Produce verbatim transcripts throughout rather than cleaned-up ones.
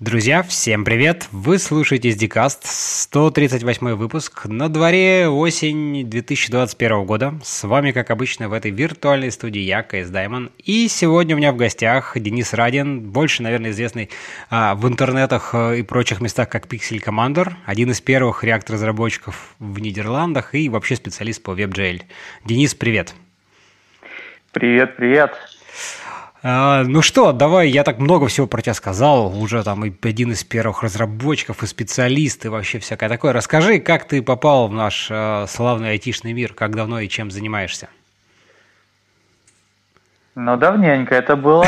Друзья, всем привет! Вы слушаете эс ди каст, сто тридцать восьмой выпуск. На дворе осень две тысячи двадцать первого года. С вами, как обычно, в этой виртуальной студии я, кей эс Diamond. И сегодня у меня в гостях Денис Радин, больше, наверное, известный а, в интернетах и прочих местах как Pixel Commander, один из первых React-разработчиков в Нидерландах и вообще специалист по WebGL. Денис, привет! Привет, привет! А, ну что, давай, я так много всего про тебя сказал, уже там и один из первых разработчиков, и специалист, и вообще всякое такое. Расскажи, как ты попал в наш э, славный айтишный мир, как давно и чем занимаешься? Ну, давненько это было.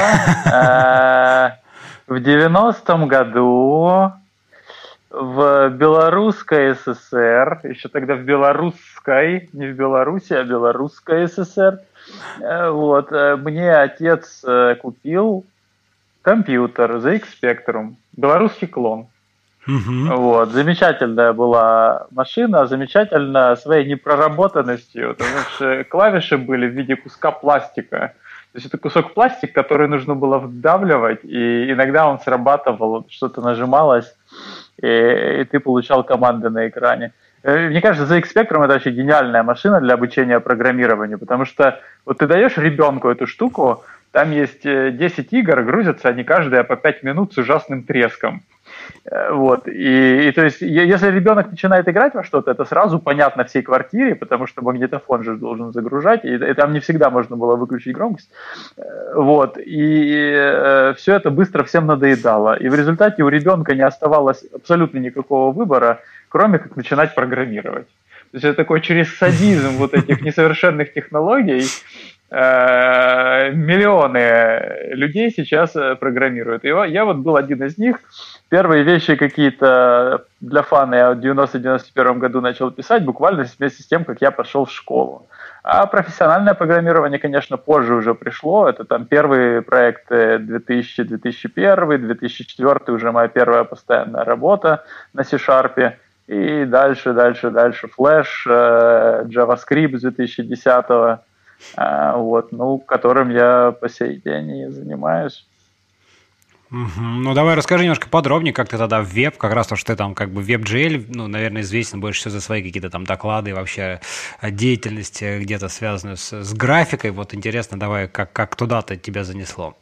В девяностом году в Белорусской ССР, еще тогда в Белорусской, не в Беларуси, а Белорусской ССР, вот, мне отец купил компьютер зет икс Spectrum, белорусский клон. Uh-huh. Вот, замечательная была машина, замечательная своей непроработанностью, потому что клавиши были в виде куска пластика. То есть это кусок пластика, который нужно было вдавливать, и иногда он срабатывал, что-то нажималось, и, и ты получал команды на экране. Мне кажется, зет икс Spectrum это вообще гениальная машина для обучения программированию, потому что вот ты даешь ребенку эту штуку, там есть десять игр, грузятся они каждая по пять минут с ужасным треском. Вот. И, и то есть, если ребенок начинает играть во что-то, это сразу понятно всей квартире, потому что магнитофон же должен загружать, и, и там не всегда можно было выключить громкость. Вот. И э, все это быстро всем надоедало. И в результате у ребенка не оставалось абсолютно никакого выбора, кроме как начинать программировать. То есть это такой через садизм вот этих несовершенных технологий э, миллионы людей сейчас программируют. И я вот был один из них. Первые вещи какие-то для фана я в девяносто-девяносто первом году начал писать, буквально вместе с тем, как я пошел в школу. А профессиональное программирование, конечно, позже уже пришло. Это там первые проекты две тысячи, две тысячи первый, две тысячи четвёртый уже моя первая постоянная работа на C-Sharp. И дальше, дальше, дальше Flash, JavaScript с две тысячи десятого, вот, ну, которым я по сей день и занимаюсь. Угу. Ну, давай расскажи немножко подробнее, как ты тогда в веб, как раз то, что ты там как бы WebGL, ну, наверное, известен больше всего за свои какие-то там доклады, вообще деятельность где-то связанную с, с графикой. Вот интересно, давай, как, как туда-то тебя занесло?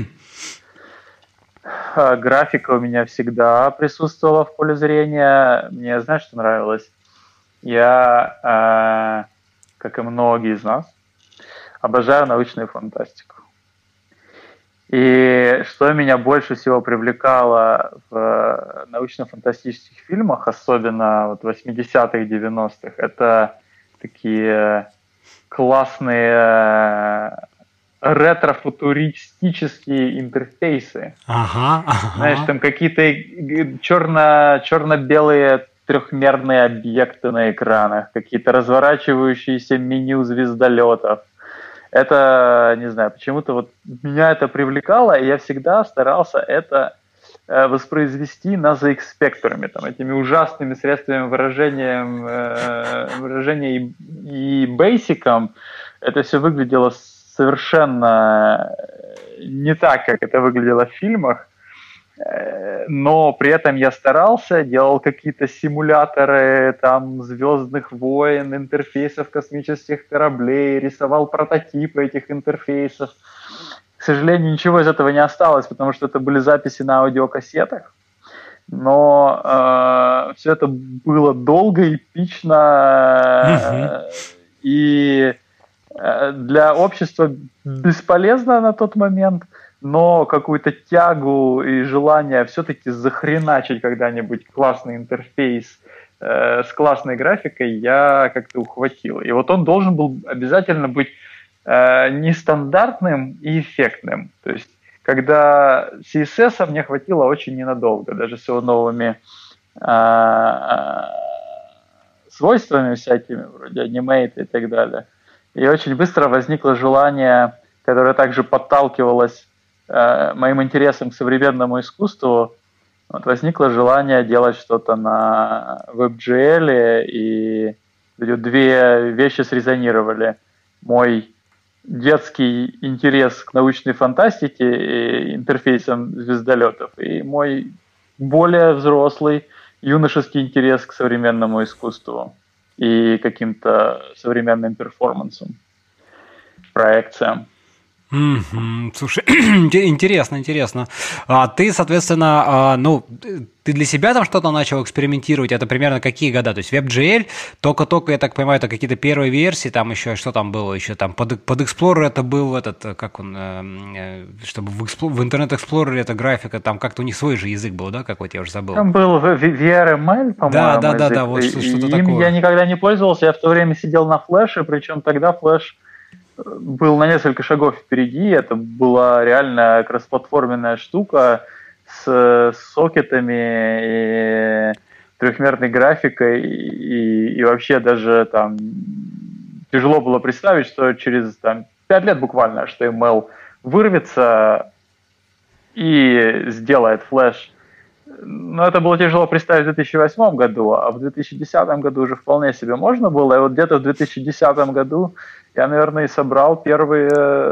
Графика у меня всегда присутствовала в поле зрения. Мне, знаешь, что нравилось? Я, э, как и многие из нас, обожаю научную фантастику. И что меня больше всего привлекало в научно-фантастических фильмах, особенно вот восьмидесятых, девяностых, это такие классные ретро-футуристические интерфейсы. Ага, ага. Знаешь, там какие-то черно- черно-белые трехмерные объекты на экранах, какие-то разворачивающиеся меню звездолетов. Это, не знаю, почему-то вот меня это привлекало, и я всегда старался это э, воспроизвести на зет икс Spectrum, там, этими ужасными средствами выражения, э, выражения и, и бейсиком. Это все выглядело совершенно не так, как это выглядело в фильмах, но при этом я старался, делал какие-то симуляторы там звездных войн, интерфейсов космических кораблей, рисовал прототипы этих интерфейсов. К сожалению, ничего из этого не осталось, потому что это были записи на аудиокассетах. Но э, все это было долго, эпично, э, и э, для общества бесполезно на тот момент. Но какую-то тягу и желание все-таки захреначить когда-нибудь классный интерфейс э, с классной графикой я как-то ухватил. И вот он должен был обязательно быть э, нестандартным и эффектным. То есть, когда си эс эс мне хватило очень ненадолго, даже с его новыми э, свойствами всякими, вроде анимейта и так далее. И очень быстро возникло желание, которое также подталкивалось моим интересом к современному искусству, вот возникло желание делать что-то на WebGL, и две вещи срезонировали. Мой детский интерес к научной фантастике и интерфейсам звездолетов, и мой более взрослый, юношеский интерес к современному искусству и каким-то современным перформансам, проекциям. Mm-hmm. Слушай, интересно, интересно. А ты, соответственно, а, ну, ты для себя там что-то начал экспериментировать? Это примерно какие года? То есть WebGL, только-только, я так понимаю, это какие-то первые версии, там еще, что там было еще, там под, под Explorer это был этот, как он, э, чтобы в, Explorer, в Internet Explorer эта графика, там как-то у них свой же язык был, да, какой-то, я уже забыл. Там был ви ар эм эл, по-моему, да, да, да, язык. да, вот что-то Им такое. я никогда не пользовался, я в то время сидел на флеше, причем тогда флеш был на несколько шагов впереди, это была реально кроссплатформенная штука с сокетами и трехмерной графикой, и, и вообще даже там тяжело было представить, что через там, пять лет буквально эйч ти эм эл вырвется и сделает флеш. Но это было тяжело представить в две тысячи восьмом году, а в две тысячи десятом году уже вполне себе можно было. И вот где-то в две тысячи десятом году я, наверное, и собрал первые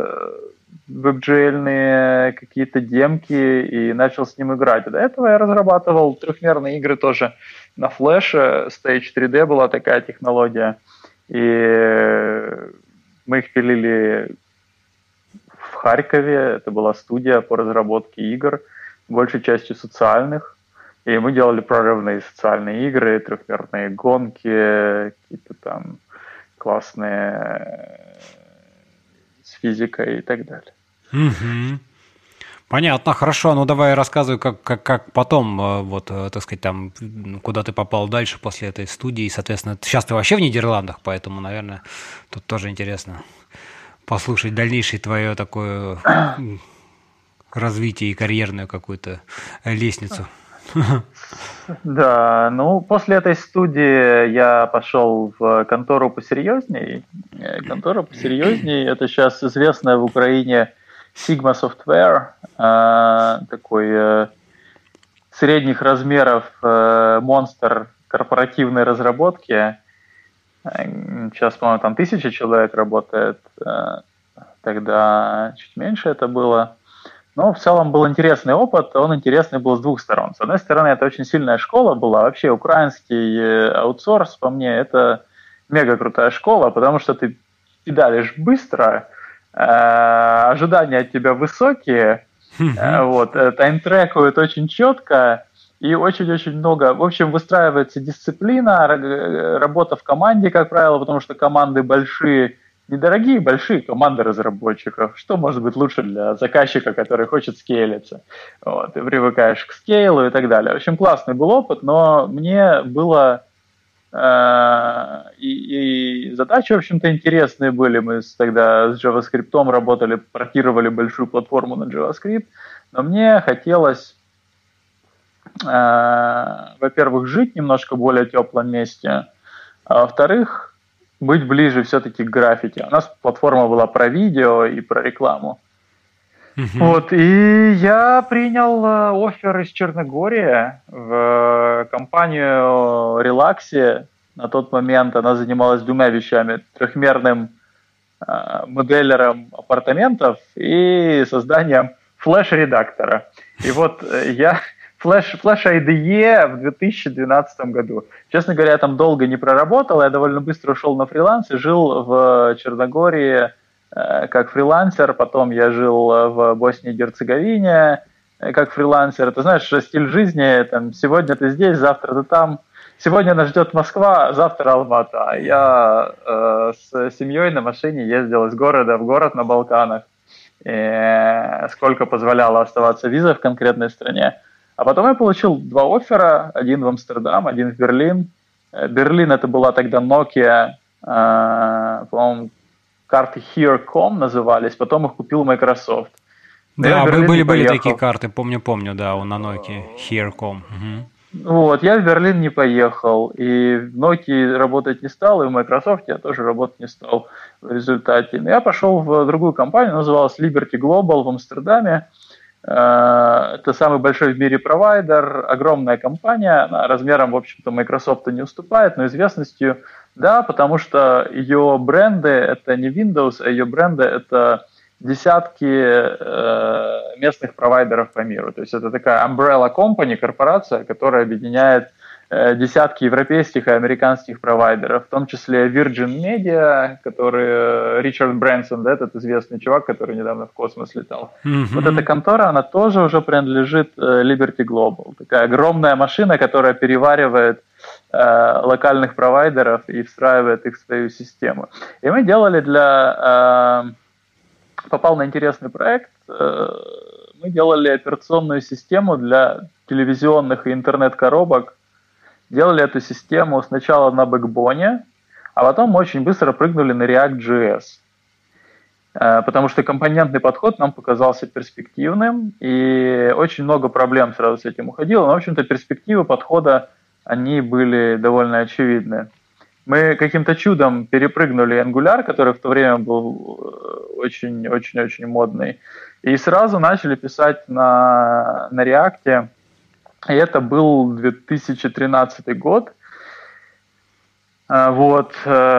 веб-джей-ные какие-то демки и начал с ним играть. До этого я разрабатывал трехмерные игры тоже на флеше. Stage три дэ была такая технология. И мы их пилили в Харькове. Это была студия по разработке игр, большей частью социальных. И мы делали прорывные социальные игры, трехмерные гонки, какие-то там классные с физикой и так далее. Угу. Понятно, хорошо. Ну давай рассказывай, как, как, как потом, вот, так сказать, там, куда ты попал дальше после этой студии. Соответственно, сейчас ты вообще в Нидерландах, поэтому, наверное, тут тоже интересно послушать дальнейшее твое такое развитие и карьерную какую-то лестницу. Да, ну, после этой студии я пошел в контору посерьезней. Контора посерьезней, это сейчас известная в Украине Sigma Software, такой средних размеров монстр корпоративной разработки. Сейчас, по-моему, там тысяча человек работает, тогда чуть меньше это было. Но в целом был интересный опыт, он интересный был с двух сторон. С одной стороны, это очень сильная школа была, вообще украинский аутсорс, по мне, это мега крутая школа, потому что ты педалишь быстро, э, ожидания от тебя высокие, э, вот, таймтрекают очень четко и очень-очень много, в общем, выстраивается дисциплина, работа в команде, как правило, потому что команды большие, недорогие, большие команды разработчиков. Что может быть лучше для заказчика, который хочет скейлиться? Вот, ты привыкаешь к скейлу и так далее. В общем, классный был опыт, но мне было... Э, и, и задачи, в общем-то, интересные были. Мы тогда с JavaScript работали, портировали большую платформу на JavaScript. Но мне хотелось, э, во-первых, жить немножко в более теплом месте, а во-вторых, быть ближе все-таки к графике. У нас платформа была про видео и про рекламу. Uh-huh. Вот, и я принял оффер из Черногории в компанию Relaxi. На тот момент она занималась двумя вещами. Трехмерным э, моделлером апартаментов и созданием флеш-редактора. И вот я... Flash, Flash ай ди и в две тысячи двенадцатом году. Честно говоря, я там долго не проработал, я довольно быстро ушел на фриланс и жил в Черногории э, как фрилансер, потом я жил в Боснии и Герцеговине э, как фрилансер. Ты знаешь, стиль жизни, там, сегодня ты здесь, завтра ты там. Сегодня нас ждет Москва, завтра Алмата. Я э, с семьей на машине ездил из города в город на Балканах, и сколько позволяла оставаться виза в конкретной стране. А потом я получил два оффера, один в Амстердам, один в Берлин. Берлин это была тогда Nokia, э, по-моему, карты Here точка com назывались, потом их купил Microsoft. Да, были, были такие карты, помню-помню, да, на Nokia Here точка com. Угу. Вот, я в Берлин не поехал, и в Nokia работать не стал, и в Microsoft я тоже работать не стал в результате. Я пошел в другую компанию, называлась Liberty Global в Амстердаме. Это самый большой в мире провайдер, огромная компания, она размером, в общем-то, Microsoft не уступает, но известностью, да, потому что ее бренды это не Windows, а ее бренды это десятки э, местных провайдеров по миру. То есть это такая umbrella company, корпорация, которая объединяет э, десятки европейских и американских провайдеров, в том числе Virgin Media, который э, Ричард Брэнсон, да, этот известный чувак, который недавно в космос летал. Mm-hmm. Вот эта контора, она тоже уже принадлежит э, Liberty Global. Такая огромная машина, которая переваривает э, локальных провайдеров и встраивает их в свою систему. И мы делали для... Э, попал на интересный проект. Мы делали операционную систему для телевизионных и интернет-коробок. Делали эту систему сначала на бэкбоне, а потом очень быстро прыгнули на React.js. Потому что компонентный подход нам показался перспективным, и очень много проблем сразу с этим уходило. Но, в общем-то, перспективы подхода, они были довольно очевидны. Мы каким-то чудом перепрыгнули Angular, который в то время был очень-очень-очень модный, и сразу начали писать на, на React. И это был две тысячи тринадцатый год. Вот,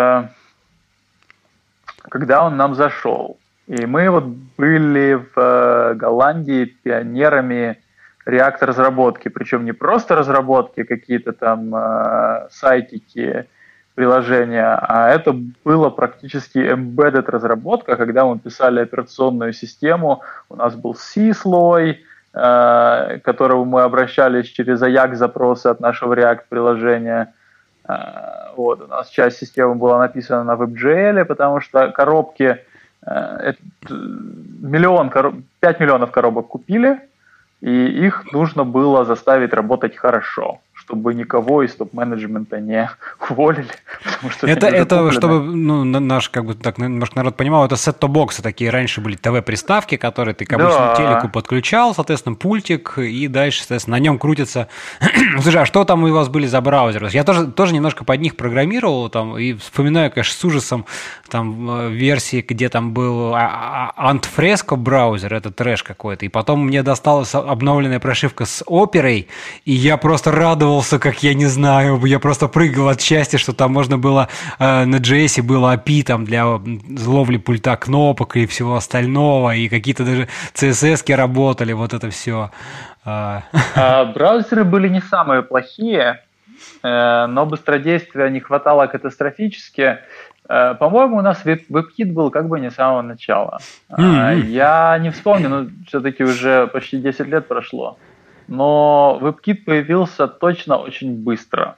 когда он нам зашел. И мы вот были в Голландии пионерами React-разработки. Причем не просто разработки, какие-то там сайтики, приложения, а это было практически embedded разработка, когда мы писали операционную систему, у нас был C-слой, э, к которому мы обращались через Ajax-запросы от нашего React-приложения. Э, вот, у нас часть системы была написана на WebGL, потому что коробки, э, миллион короб... пять миллионов коробок купили, и их нужно было заставить работать хорошо, чтобы никого из топ-менеджмента не уволили. Что это, это чтобы ну, наш, как бы так немножко народ понимал, это сет-топ-боксы такие. Раньше были ТВ-приставки, которые ты к обычному да. телеку подключал, соответственно, пультик, и дальше, соответственно, на нем крутится. Слушай, а что там у вас были за браузеры? Я тоже, тоже немножко под них программировал, там, и вспоминаю, конечно, с ужасом там, версии, где там был Ant-Fresco браузер, это трэш какой-то, и потом мне досталась обновленная прошивка с оперой, и я просто радовался, как я не знаю, я просто прыгал от счастья, что там можно было, э, на джей эс было эй пи ай там для ловли пульта кнопок и всего остального, и какие-то даже си эс эс-ки работали, вот это все. А, браузеры были не самые плохие, но быстродействия не хватало катастрофически. По-моему, у нас WebKit был как бы не с самого начала. Mm-hmm. Я не вспомню, но все-таки уже почти десять лет прошло. Но WebKit появился точно очень быстро.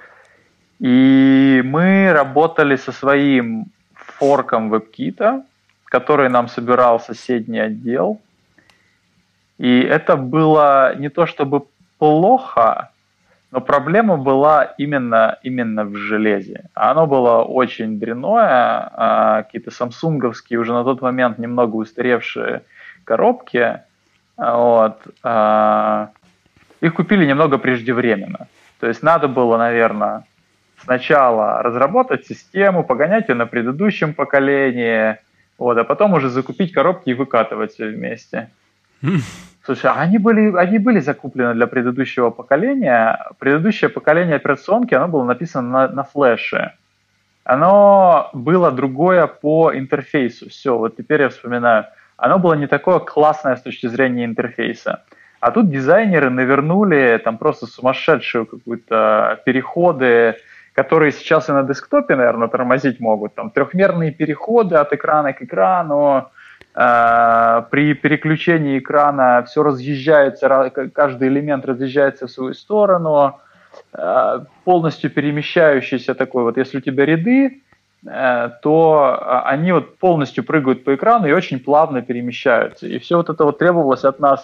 И мы работали со своим форком WebKit, который нам собирал соседний отдел. И это было не то чтобы плохо, но проблема была именно, именно в железе. Оно было очень дрянное, а какие-то самсунговские, уже на тот момент немного устаревшие коробки. Вот, а, их купили немного преждевременно. То есть надо было, наверное, сначала разработать систему, погонять ее на предыдущем поколении, вот, а потом уже закупить коробки и выкатывать все вместе. Слушай, они были, они были закуплены для предыдущего поколения. Предыдущее поколение операционки, оно было написано на, на флеше. Оно было другое по интерфейсу. Все, вот теперь я вспоминаю. Оно было не такое классное с точки зрения интерфейса. А тут дизайнеры навернули там просто сумасшедшие какие-то переходы, которые сейчас и на десктопе, наверное, тормозить могут. Там трехмерные переходы от экрана к экрану. При переключении экрана все разъезжается, каждый элемент разъезжается в свою сторону, полностью перемещающийся такой вот, если у тебя ряды, то они вот полностью прыгают по экрану и очень плавно перемещаются. И все вот это вот требовалось от нас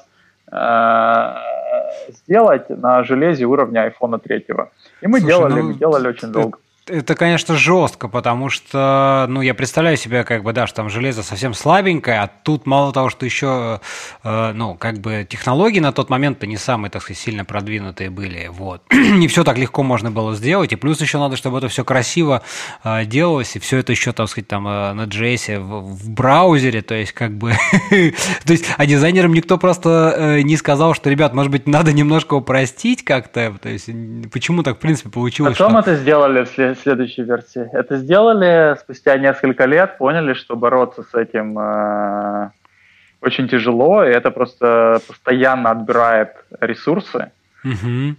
сделать на железе уровня айфона третьего. И мы Слушай, делали, ну, мы делали очень долго. Это, конечно, жестко, потому что, ну, я представляю себе, как бы, да, что там железо совсем слабенькое, а тут мало того, что еще, э, ну, как бы технологии на тот момент-то не самые, так сказать, сильно продвинутые были, вот. Не все так легко можно было сделать, и плюс еще надо, чтобы это все красиво э, делалось, и все это еще, так сказать, там э, на джей эс в, в браузере, то есть, как бы, то есть, а дизайнерам никто просто э, не сказал, что, ребят, может быть, надо немножко упростить как-то, то есть, почему так, в принципе, получилось, Потом что... это сделали в следующей версии. Это сделали спустя несколько лет, поняли, что бороться с этим э, очень тяжело, и это просто постоянно отбирает ресурсы. Угу.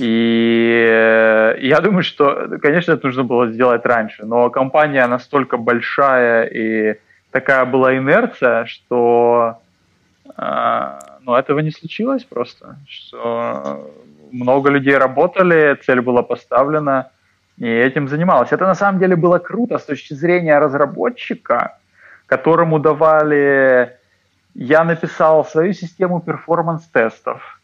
И я думаю, что, конечно, это нужно было сделать раньше, но компания настолько большая и такая была инерция, что э, ну, этого не случилось просто. Что много людей работали, цель была поставлена, и этим занималась. Это на самом деле было круто с точки зрения разработчика, которому давали... Я написал свою систему перформанс-тестов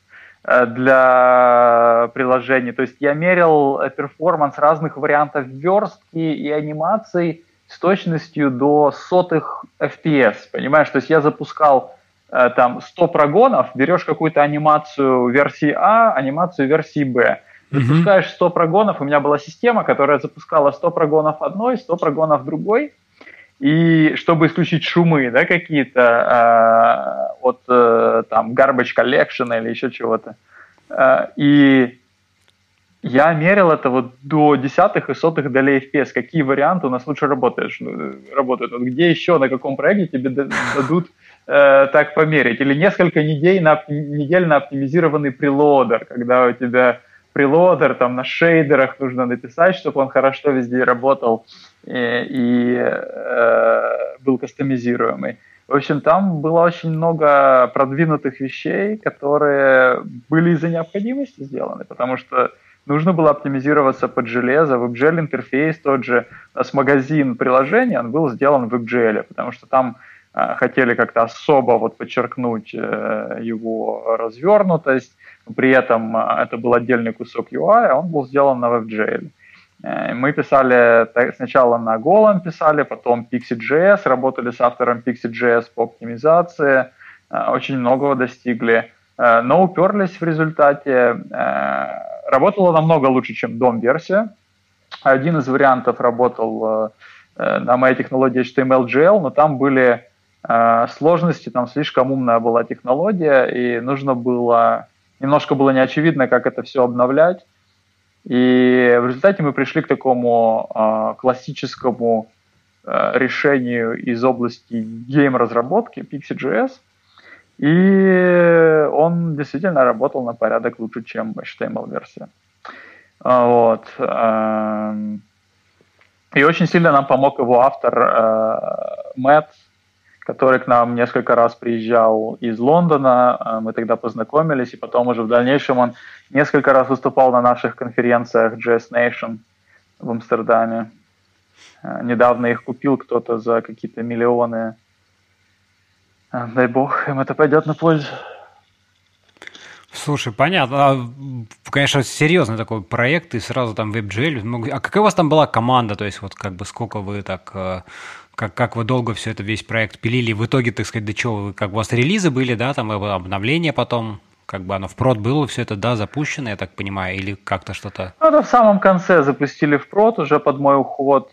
для приложений. То есть я мерил перформанс разных вариантов верстки и анимаций с точностью до сотых эф пи эс. Понимаешь? То есть я запускал там сто прогонов, берешь какую-то анимацию версии А, анимацию версии Б. Запускаешь сто прогонов, у меня была система, которая запускала сто прогонов одной, сто прогонов другой. И чтобы исключить шумы, да, какие-то э, от э, там garbage collection или еще чего-то. Э, и я мерил это вот до десятых и сотых долей эф пи эс. Какие варианты у нас лучше работаешь, работают? Вот где еще, на каком проекте тебе дадут э, так померить? Или несколько недель на, недель на оптимизированный прелодер, когда у тебя прелодер там на шейдерах нужно написать, чтобы он хорошо везде работал и, и э, был кастомизируемый. В общем, там было очень много продвинутых вещей, которые были из-за необходимости сделаны, потому что нужно было оптимизироваться под железо. WebGL интерфейс тот же, у нас магазин приложений, он был сделан в WebGL, потому что там э, хотели как-то особо вот подчеркнуть э, его развернутость, но при этом э, это был отдельный кусок ю ай, а он был сделан на WebGL. Э, мы писали сначала на Golang, писали, потом Pixie.js, работали с автором Pixie.js по оптимизации, э, очень многого достигли, э, но уперлись в результате. Э, Работало намного лучше, чем дом-версия. Один из вариантов работал э, на моей технологии эйч ти эм эл джей эл, но там были э, сложности, там слишком умная была технология, и нужно было, немножко было неочевидно, как это все обновлять. И в результате мы пришли к такому э, классическому э, решению из области гейм-разработки Pixie.js, и он действительно работал на порядок лучше, чем эйч ти эм эл-версия. Вот. И очень сильно нам помог его автор Мэтт, который к нам несколько раз приезжал из Лондона. Мы тогда познакомились, и потом уже в дальнейшем он несколько раз выступал на наших конференциях джей эс Nation в Амстердаме. Недавно их купил кто-то за какие-то миллионы. Дай бог, им это пойдет на пользу. Слушай, понятно. Конечно, серьезный такой проект, и сразу там WebGL. А какая у вас там была команда? То есть вот как бы сколько вы так... Как, как вы долго все это, весь проект пилили? В итоге, так сказать, до чего вы... Как у вас релизы были, да? Там обновления потом? Как бы оно в прод было все это, да, запущено, я так понимаю? Или как-то что-то... Ну, это в самом конце запустили в прод, уже под мой уход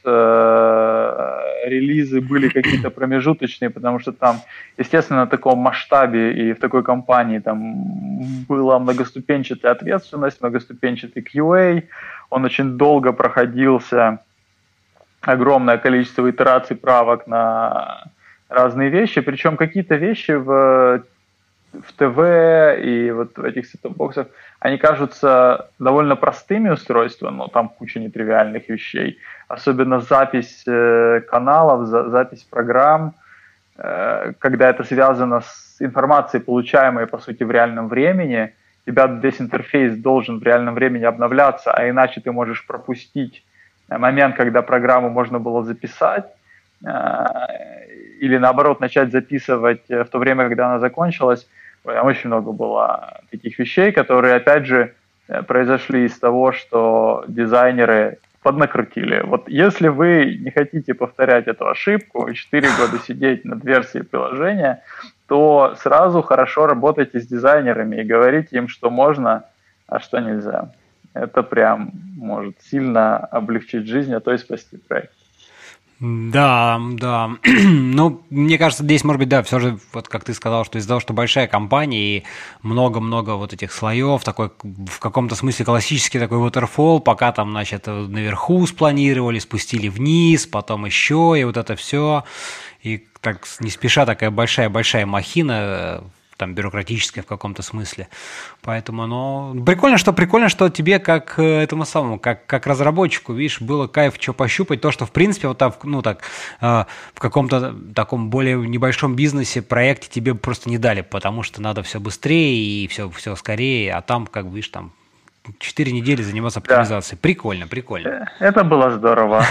э, релизы были какие-то промежуточные, потому что там, естественно, на таком масштабе и в такой компании там была многоступенчатая ответственность, многоступенчатый кью эй, он очень долго проходился, огромное количество итераций, правок на разные вещи, причем какие-то вещи в... в ТВ и вот в этих сет-топ-боксах, они кажутся довольно простыми устройствами, но там куча нетривиальных вещей. Особенно запись э, каналов, за, запись программ, э, когда это связано с информацией, получаемой, по сути, в реальном времени. У тебя весь интерфейс должен в реальном времени обновляться, а иначе ты можешь пропустить момент, когда программу можно было записать, э, или наоборот начать записывать в то время, когда она закончилась. Там очень много было таких вещей, которые, опять же, произошли из того, что дизайнеры поднакрутили. Вот если вы не хотите повторять эту ошибку и четыре года сидеть над версией приложения, то сразу хорошо работайте с дизайнерами и говорите им, что можно, а что нельзя. Это прям может сильно облегчить жизнь, а то и спасти проект. Да, да. Ну, мне кажется, здесь, может быть, да, все же, вот как ты сказал, что из-за того, что большая компания и много-много вот этих слоев, такой в каком-то смысле классический такой waterfall, пока там, значит, наверху спланировали, спустили вниз, потом еще, и вот это все. И так не спеша такая большая-большая махина, там, бюрократическое в каком-то смысле. Поэтому, ну, прикольно, что прикольно, что тебе как этому самому, как, как разработчику, видишь, было кайф что пощупать, то, что, в принципе, вот так, ну, так, э, в каком-то таком более небольшом бизнесе, проекте тебе просто не дали, потому что надо все быстрее и все, все скорее, а там, как видишь, там, четыре недели заниматься оптимизацией. Да. Прикольно, прикольно. Это было здорово.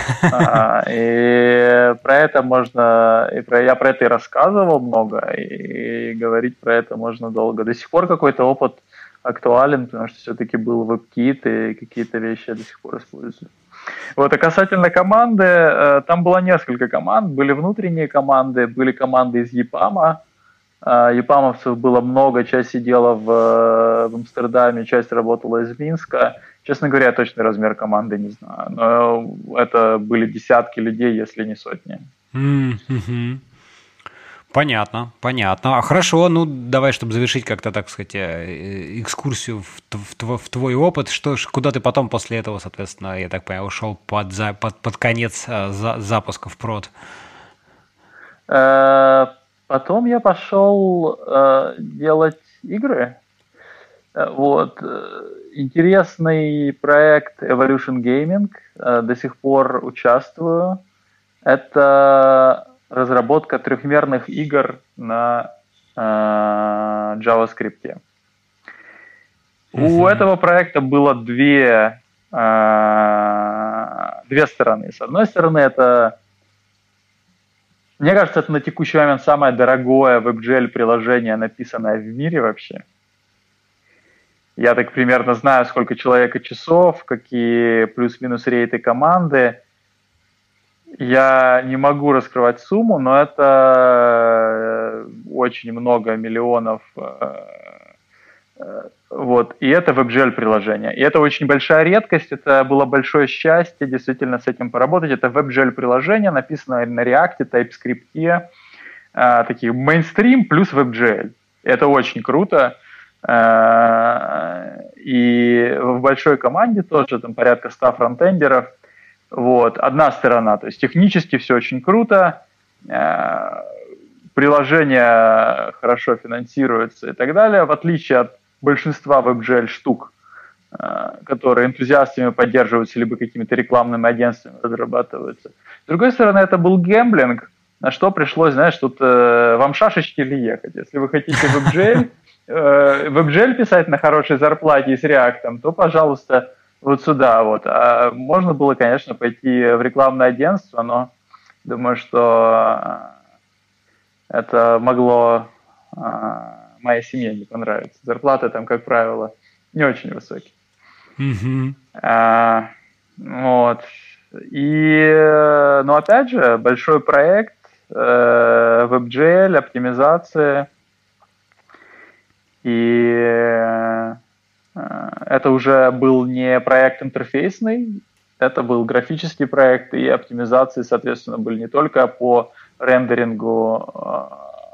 И про это можно... И про, я про это и рассказывал много, и говорить про это можно долго. До сих пор какой-то опыт актуален, потому что все-таки был WebKit, и какие-то вещи я до сих пор использую. Вот, а касательно команды, там было несколько команд. Были внутренние команды, были команды из ЕПАМа. Епамовцев было много, часть сидела в, в Амстердаме, часть работала из Минска. Честно говоря, я точный размер команды не знаю, но это были десятки людей, если не сотни. Mm-hmm. Понятно, понятно. А хорошо, ну давай, чтобы завершить как-то, так сказать, экскурсию в, в, в твой опыт, что, куда ты потом после этого, соответственно, я так понимаю, ушел под, под, под конец за, запуска в прод? Потом я пошел э, делать игры. Вот. Интересный проект Evolution Gaming. Э, до сих пор участвую. Это разработка трехмерных игр на э, JavaScript. Mm-hmm. У этого проекта было две, э, две стороны. С одной стороны, это Мне кажется, это на текущий момент самое дорогое WebGL приложение, написанное в мире вообще. Я так примерно знаю, сколько человек и часов, какие плюс-минус рейты команды. Я не могу раскрывать сумму, но это очень много миллионов. Вот. И это WebGL приложение. И это очень большая редкость, это было большое счастье действительно с этим поработать. Это WebGL приложение, написанное на React, TypeScript, э, такие мейнстрим плюс WebGL. Это очень круто. Э, и в большой команде тоже там порядка ста фронтендеров. Вот. Одна сторона, то есть технически все очень круто, э, приложение хорошо финансируется и так далее, в отличие от большинства WebGL штук, которые энтузиастами поддерживаются, либо какими-то рекламными агентствами разрабатываются. С другой стороны, это был гэмблинг, на что пришлось, знаешь, тут э, вам шашечки или ехать. Если вы хотите WebGL, э, WebGL писать на хорошей зарплате и с React, то, пожалуйста, вот сюда. Вот. А можно было, конечно, пойти в рекламное агентство, но думаю, что это могло... моей семье не понравится. Зарплаты там, как правило, не очень высокие. Mm-hmm. А, вот. И, ну, опять же, большой проект, э, WebGL, оптимизация. И э, это уже был не проект интерфейсный, это был графический проект, и оптимизации, соответственно, были не только по рендерингу,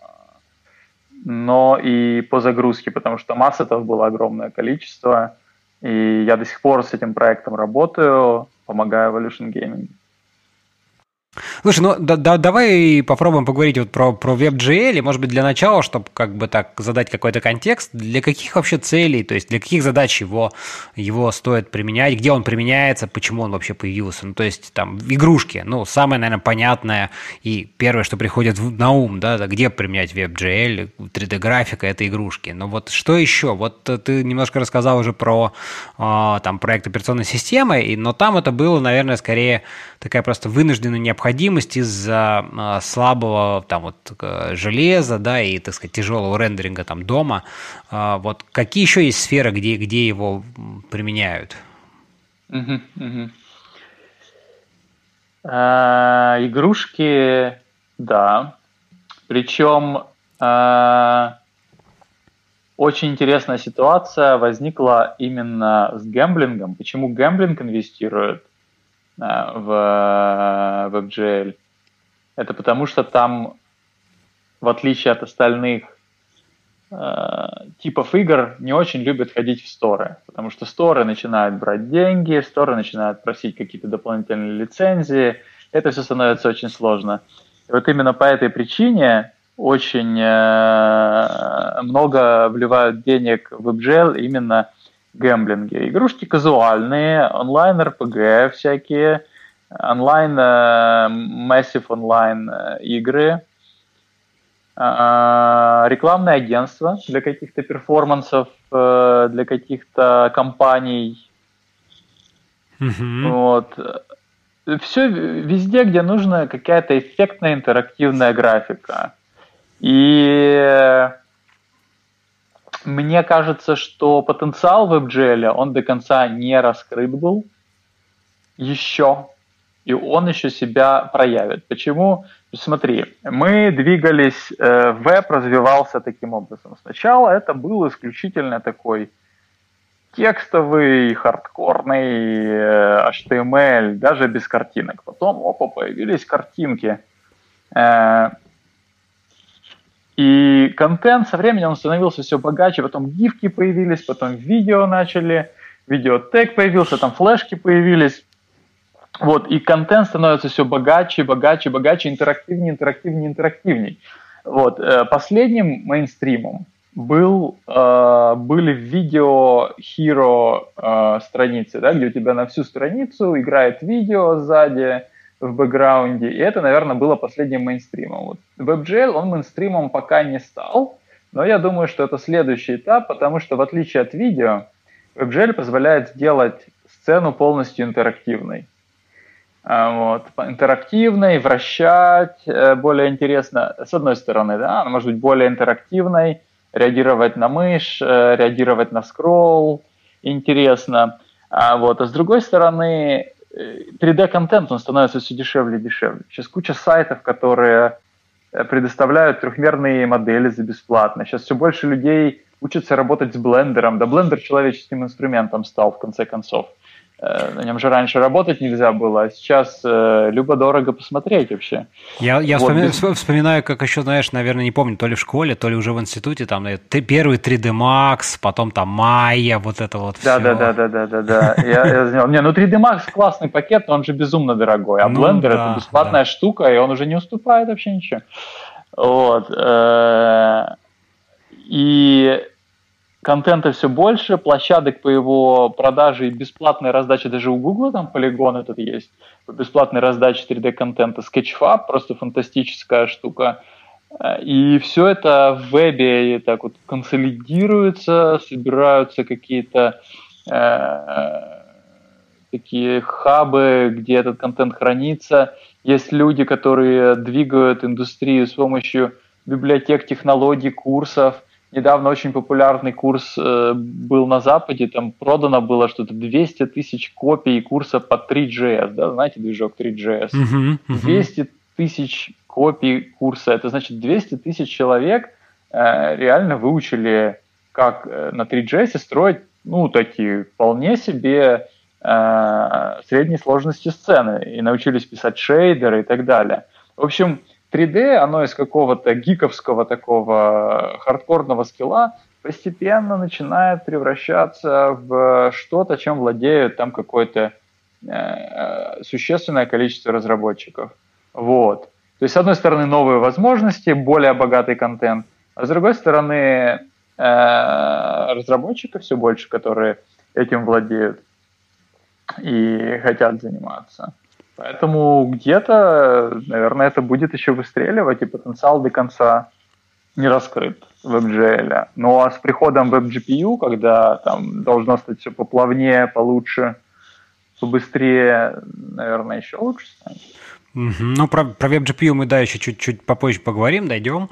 но и по загрузке, потому что массетов было огромное количество, и я до сих пор с этим проектом работаю, помогаю Evolution Gaming. Слушай, ну да, да, давай попробуем поговорить вот про, про WebGL, может быть, для начала, чтобы как бы так задать какой-то контекст, для каких вообще целей, то есть для каких задач его, его стоит применять, где он применяется, почему он вообще появился, ну то есть там игрушки, ну самое, наверное, понятное и первое, что приходит на ум, да, где применять WebGL, три дэ-графика, это игрушки, но вот что еще, вот ты немножко рассказал уже про там проект операционной системы, но там это было, наверное, скорее такая просто вынужденная необходимость, необходимость из-за э, слабого там вот железа, да, и, так сказать, тяжелого рендеринга там дома. Э, вот какие еще есть сферы, где, где его применяют? Uh-huh, uh-huh. А, игрушки, да. Причем а, очень интересная ситуация возникла именно с гэмблингом. Почему гэмблинг инвестирует в WebGL? Это потому, что там, в отличие от остальных э, типов игр, не очень любят ходить в сторы, потому что сторы начинают брать деньги, сторы начинают просить какие-то дополнительные лицензии, это все становится очень сложно. И вот именно по этой причине очень э, много вливают денег в WebGL именно гэмблинги. Игрушки казуальные, онлайн-эр пи джи всякие, онлайн, э, massive онлайн э, игры, э, рекламное агентство для каких-то перформансов, э, для каких-то компаний. Mm-hmm. Вот. Все везде, где нужна какая-то эффектная интерактивная графика. И мне кажется, что потенциал в WebGL, он до конца не раскрыт был еще, и он еще себя проявит. Почему? Смотри, мы двигались, веб развивался таким образом. Сначала это был исключительно такой текстовый, хардкорный эйч ти эм эль, даже без картинок. Потом, опа, появились картинки. И контент со временем он становился все богаче, потом гифки появились, потом видео начали, видеотек появился, там флешки появились. Вот, и контент становится все богаче, богаче, богаче, интерактивнее, интерактивнее, интерактивнее. Вот, последним мейнстримом был, были видео Hero страницы, да, где у тебя на всю страницу играет видео сзади, в бэкграунде, и это, наверное, было последним мейнстримом. Вот WebGL, он мейнстримом пока не стал, но я думаю, что это следующий этап, потому что в отличие от видео, WebGL позволяет сделать сцену полностью интерактивной. Вот. Интерактивной, вращать, более интересно, с одной стороны, да, она может быть более интерактивной, реагировать на мышь, реагировать на скролл, интересно. А, вот. а с другой стороны, три дэ-контент, он становится все дешевле и дешевле. Сейчас куча сайтов, которые предоставляют трехмерные модели за бесплатно. Сейчас все больше людей учатся работать с блендером. Да, блендер человеческим инструментом стал, в конце концов. На нем же раньше работать нельзя было, а сейчас э, любо-дорого посмотреть вообще. Я, я вот. вспоминаю, вспоминаю, как еще, знаешь, наверное, не помню, то ли в школе, то ли уже в институте, там первый три дэ Max, потом там Maya, вот это вот да, все. Да, да, да, да, да, да. Я, я знал. Не, ну три дэ Max классный пакет, но он же безумно дорогой, а ну, Blender да, это бесплатная да. штука, и он уже не уступает вообще ничего. Вот. И контента все больше, площадок по его продаже и бесплатной раздаче, даже у Google там полигон этот есть, бесплатной раздаче три дэ-контента, Sketchfab, просто фантастическая штука. И все это в вебе так вот консолидируется, собираются какие-то э, такие хабы, где этот контент хранится. Есть люди, которые двигают индустрию с помощью библиотек, технологий, курсов. Недавно очень популярный курс э, был на Западе, там продано было что-то двести тысяч копий курса по три джей эс, да, знаете, движок три джей эс? Uh-huh, uh-huh. двести тысяч копий курса, это значит двести тысяч человек э, реально выучили, как э, на три джей эс строить, ну, такие вполне себе э, средней сложности сцены, и научились писать шейдеры и так далее. В общем, три дэ, оно из какого-то гиковского такого хардкорного скилла постепенно начинает превращаться в что-то, чем владеют там какое-то э, существенное количество разработчиков. Вот. То есть, с одной стороны, новые возможности, более богатый контент, а с другой стороны, э, разработчиков все больше, которые этим владеют и хотят заниматься. Поэтому где-то, наверное, это будет еще выстреливать, и потенциал до конца не раскрыт в WebGL. Ну а с приходом WebGPU, когда там должно стать все поплавнее, получше, побыстрее, наверное, еще лучше станет. Ну, про, про WebGPU мы, да, еще чуть-чуть попозже поговорим, дойдем.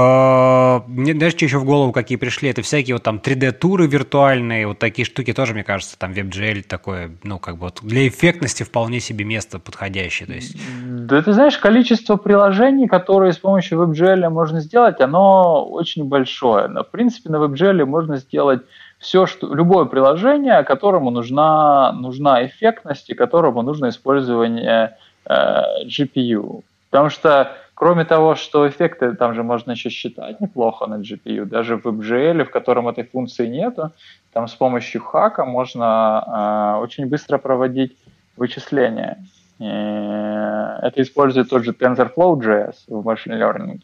Мне даже еще в голову какие пришли, это всякие вот там три дэ-туры виртуальные, вот такие штуки тоже, мне кажется, там WebGL такое, ну, как бы вот для эффектности вполне себе место подходящее, то есть... Да, ты знаешь, количество приложений, которые с помощью WebGL можно сделать, оно очень большое. Но, в принципе, на WebGL можно сделать все, что, любое приложение, которому нужна, нужна эффектность и которому нужно использование джи пи ю. Потому что, кроме того, что эффекты там же можно еще считать неплохо на джи пи ю, даже в WebGL, в котором этой функции нету, там с помощью хака можно э, очень быстро проводить вычисления. И это использует тот же TensorFlow.js в machine learning.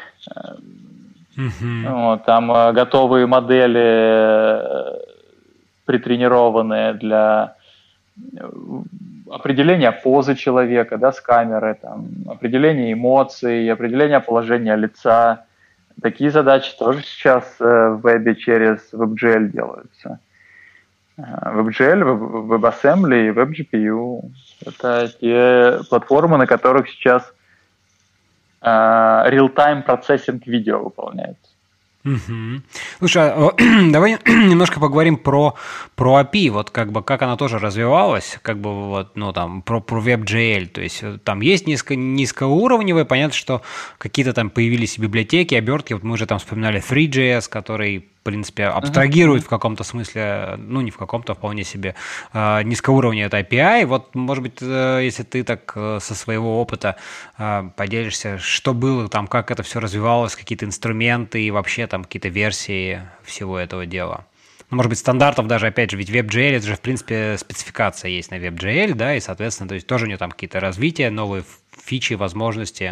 Mm-hmm. Вот, там э, готовые модели, э, притренированные для определения позы человека, да, с камеры, там, определения эмоций, определения положения лица. Такие задачи тоже сейчас э, в вебе через WebGL делаются. WebGL, WebAssembly и WebGPU – это те платформы, на которых сейчас э, real-time процессинг видео выполняется. Угу. Слушай, а, давай немножко поговорим про, про эй пи ай, вот как бы как она тоже развивалась, как бы вот, ну там, про, про WebGL, то есть там есть низко, низкоуровневые, понятно, что какие-то там появились библиотеки, обертки, вот мы уже там вспоминали три джей эс, который, в принципе, абстрагирует uh-huh. в каком-то смысле, ну не в каком-то, вполне себе, э, низкоуровневый это эй пи ай, вот, может быть, э, если ты так э, со своего опыта э, поделишься, что было там, как это все развивалось, какие-то инструменты и вообще там какие-то версии всего этого дела. Ну, может быть, стандартов даже, опять же, ведь WebGL, это же, в принципе, спецификация есть на WebGL, да, и, соответственно, то есть тоже у нее там какие-то развития, новые фичи, возможности.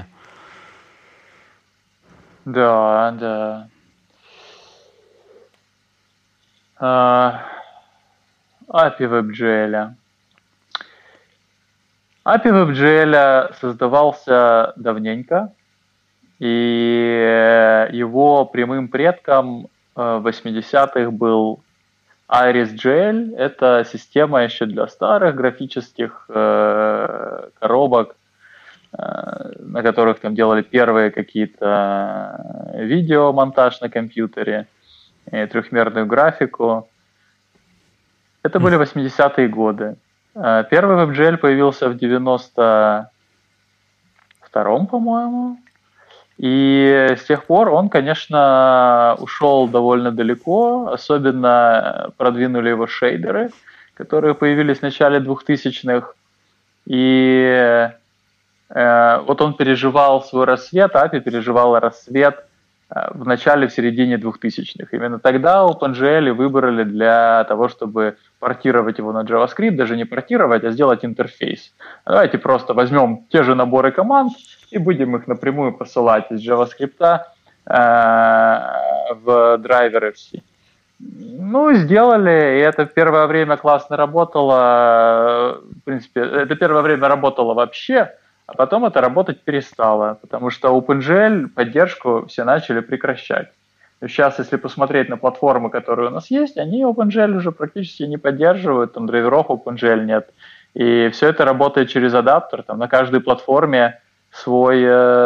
Да, да. Uh, эй пи ай WebGL. эй пи ай WebGL создавался давненько, и его прямым предком в восьмидесятых был IrisGL. Это система еще для старых графических э, коробок, э, на которых там делали первые какие-то видеомонтаж на компьютере, и трехмерную графику. Это были восьмидесятые годы. Первый WebGL появился в девяносто втором, по-моему. И с тех пор он, конечно, ушел довольно далеко. Особенно продвинули его шейдеры, которые появились в начале двухтысячных. И э, вот он переживал свой рассвет, эй пи ай переживал рассвет в начале, в середине двухтысячных. Именно тогда OpenGL выбрали для того, чтобы портировать его на JavaScript, даже не портировать, а сделать интерфейс. Давайте просто возьмем те же наборы команд и будем их напрямую посылать из JavaScript э, в драйверы все. Ну, сделали, и это первое время классно работало. В принципе, это первое время работало вообще, а потом это работать перестало, потому что OpenGL поддержку все начали прекращать. Сейчас, если посмотреть на платформы, которые у нас есть, они OpenGL уже практически не поддерживают, там драйверов OpenGL нет. И все это работает через адаптер, там на каждой платформе свой,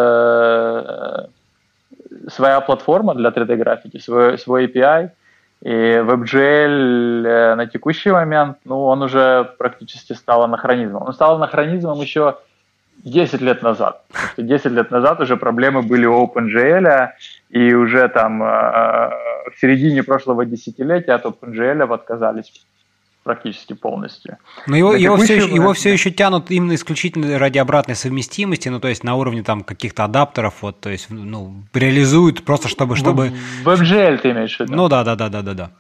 э, своя платформа для три дэ-графики, свой, свой эй пи ай. И WebGL э, на текущий момент, ну, он уже практически стал анахронизмом. Он стал анахронизмом еще десять лет назад. Потому что десять лет назад уже проблемы были у OpenGL, и уже там э, в середине прошлого десятилетия от OpenGL отказались практически полностью. Но его, его, все, еще, его все еще тянут именно исключительно ради обратной совместимости, ну то есть на уровне там каких-то адаптеров, вот, то есть ну, реализуют просто чтобы... чтобы... WebGL ты имеешь в виду? Ну да, да, да, да, да, да.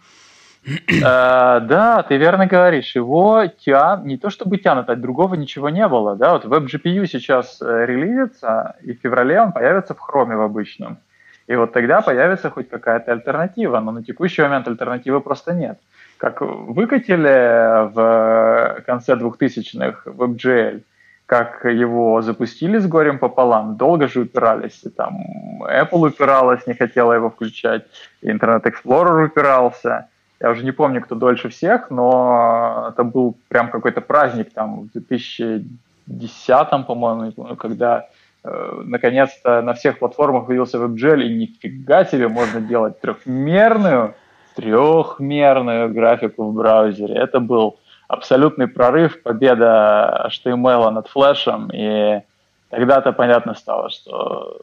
Uh, да, ты верно говоришь. Его тянут, не то чтобы тянут, от другого ничего не было. Да? Вот WebGPU сейчас э, релизится, и в феврале он появится в Chrome в обычном. И вот тогда появится хоть какая-то альтернатива, но на текущий момент альтернативы просто нет. Как выкатили в конце двухтысячных WebGL, как его запустили с горем пополам, долго же упирались. И там Apple упиралась, не хотела его включать, и Internet Explorer упирался. Я уже не помню, кто дольше всех, но это был прям какой-то праздник там в две тысячи десятом, по-моему, когда э, наконец-то на всех платформах появился WebGL, и нифига себе можно делать трехмерную, трехмерную графику в браузере. Это был абсолютный прорыв, победа эйч ти эм эл над флешем, и тогда-то понятно стало, что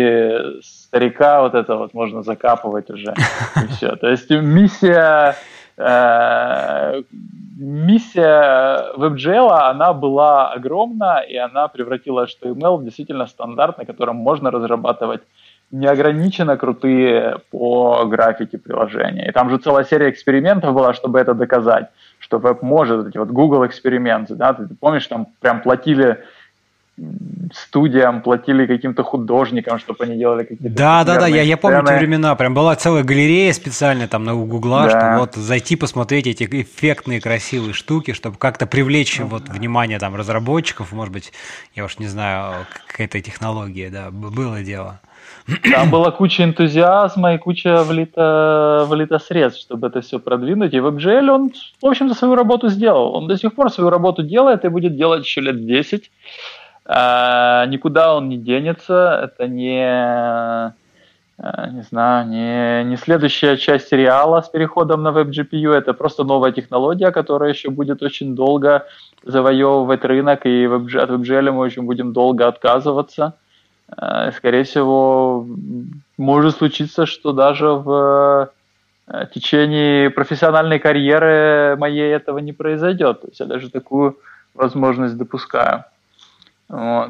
Adobe старика вот это вот можно закапывать уже, и все. То есть миссия, Миссия WebGL, она была огромна, и она превратила эйч ти эм эл в действительно стандарт, на котором можно разрабатывать неограниченно крутые по графике приложения. И там же целая серия экспериментов была, чтобы это доказать, что веб может, эти вот Google эксперименты, да, ты помнишь, там прям платили студиям, платили каким-то художникам, чтобы они делали какие-то... Да, да, да, я, я помню эти времена, прям была целая галерея специальная там на Гугла, да. Что вот зайти посмотреть эти эффектные красивые штуки, чтобы как-то привлечь uh-huh. вот внимание там разработчиков, может быть, я уж не знаю, какая-то технология, да, было дело. Там была куча энтузиазма и куча влито, влито средств, чтобы это все продвинуть. И WebGL, он, в общем-то, свою работу сделал. Он до сих пор свою работу делает и будет делать еще лет десять. А, никуда он не денется. Это не, не знаю, не, не следующая часть сериала с переходом на WebGPU. Это просто новая технология, которая еще будет очень долго завоевывать рынок. И от WebGL мы очень будем долго отказываться. Скорее всего, может случиться, что даже в течение профессиональной карьеры моей этого не произойдет. То есть я даже такую возможность допускаю. Вот.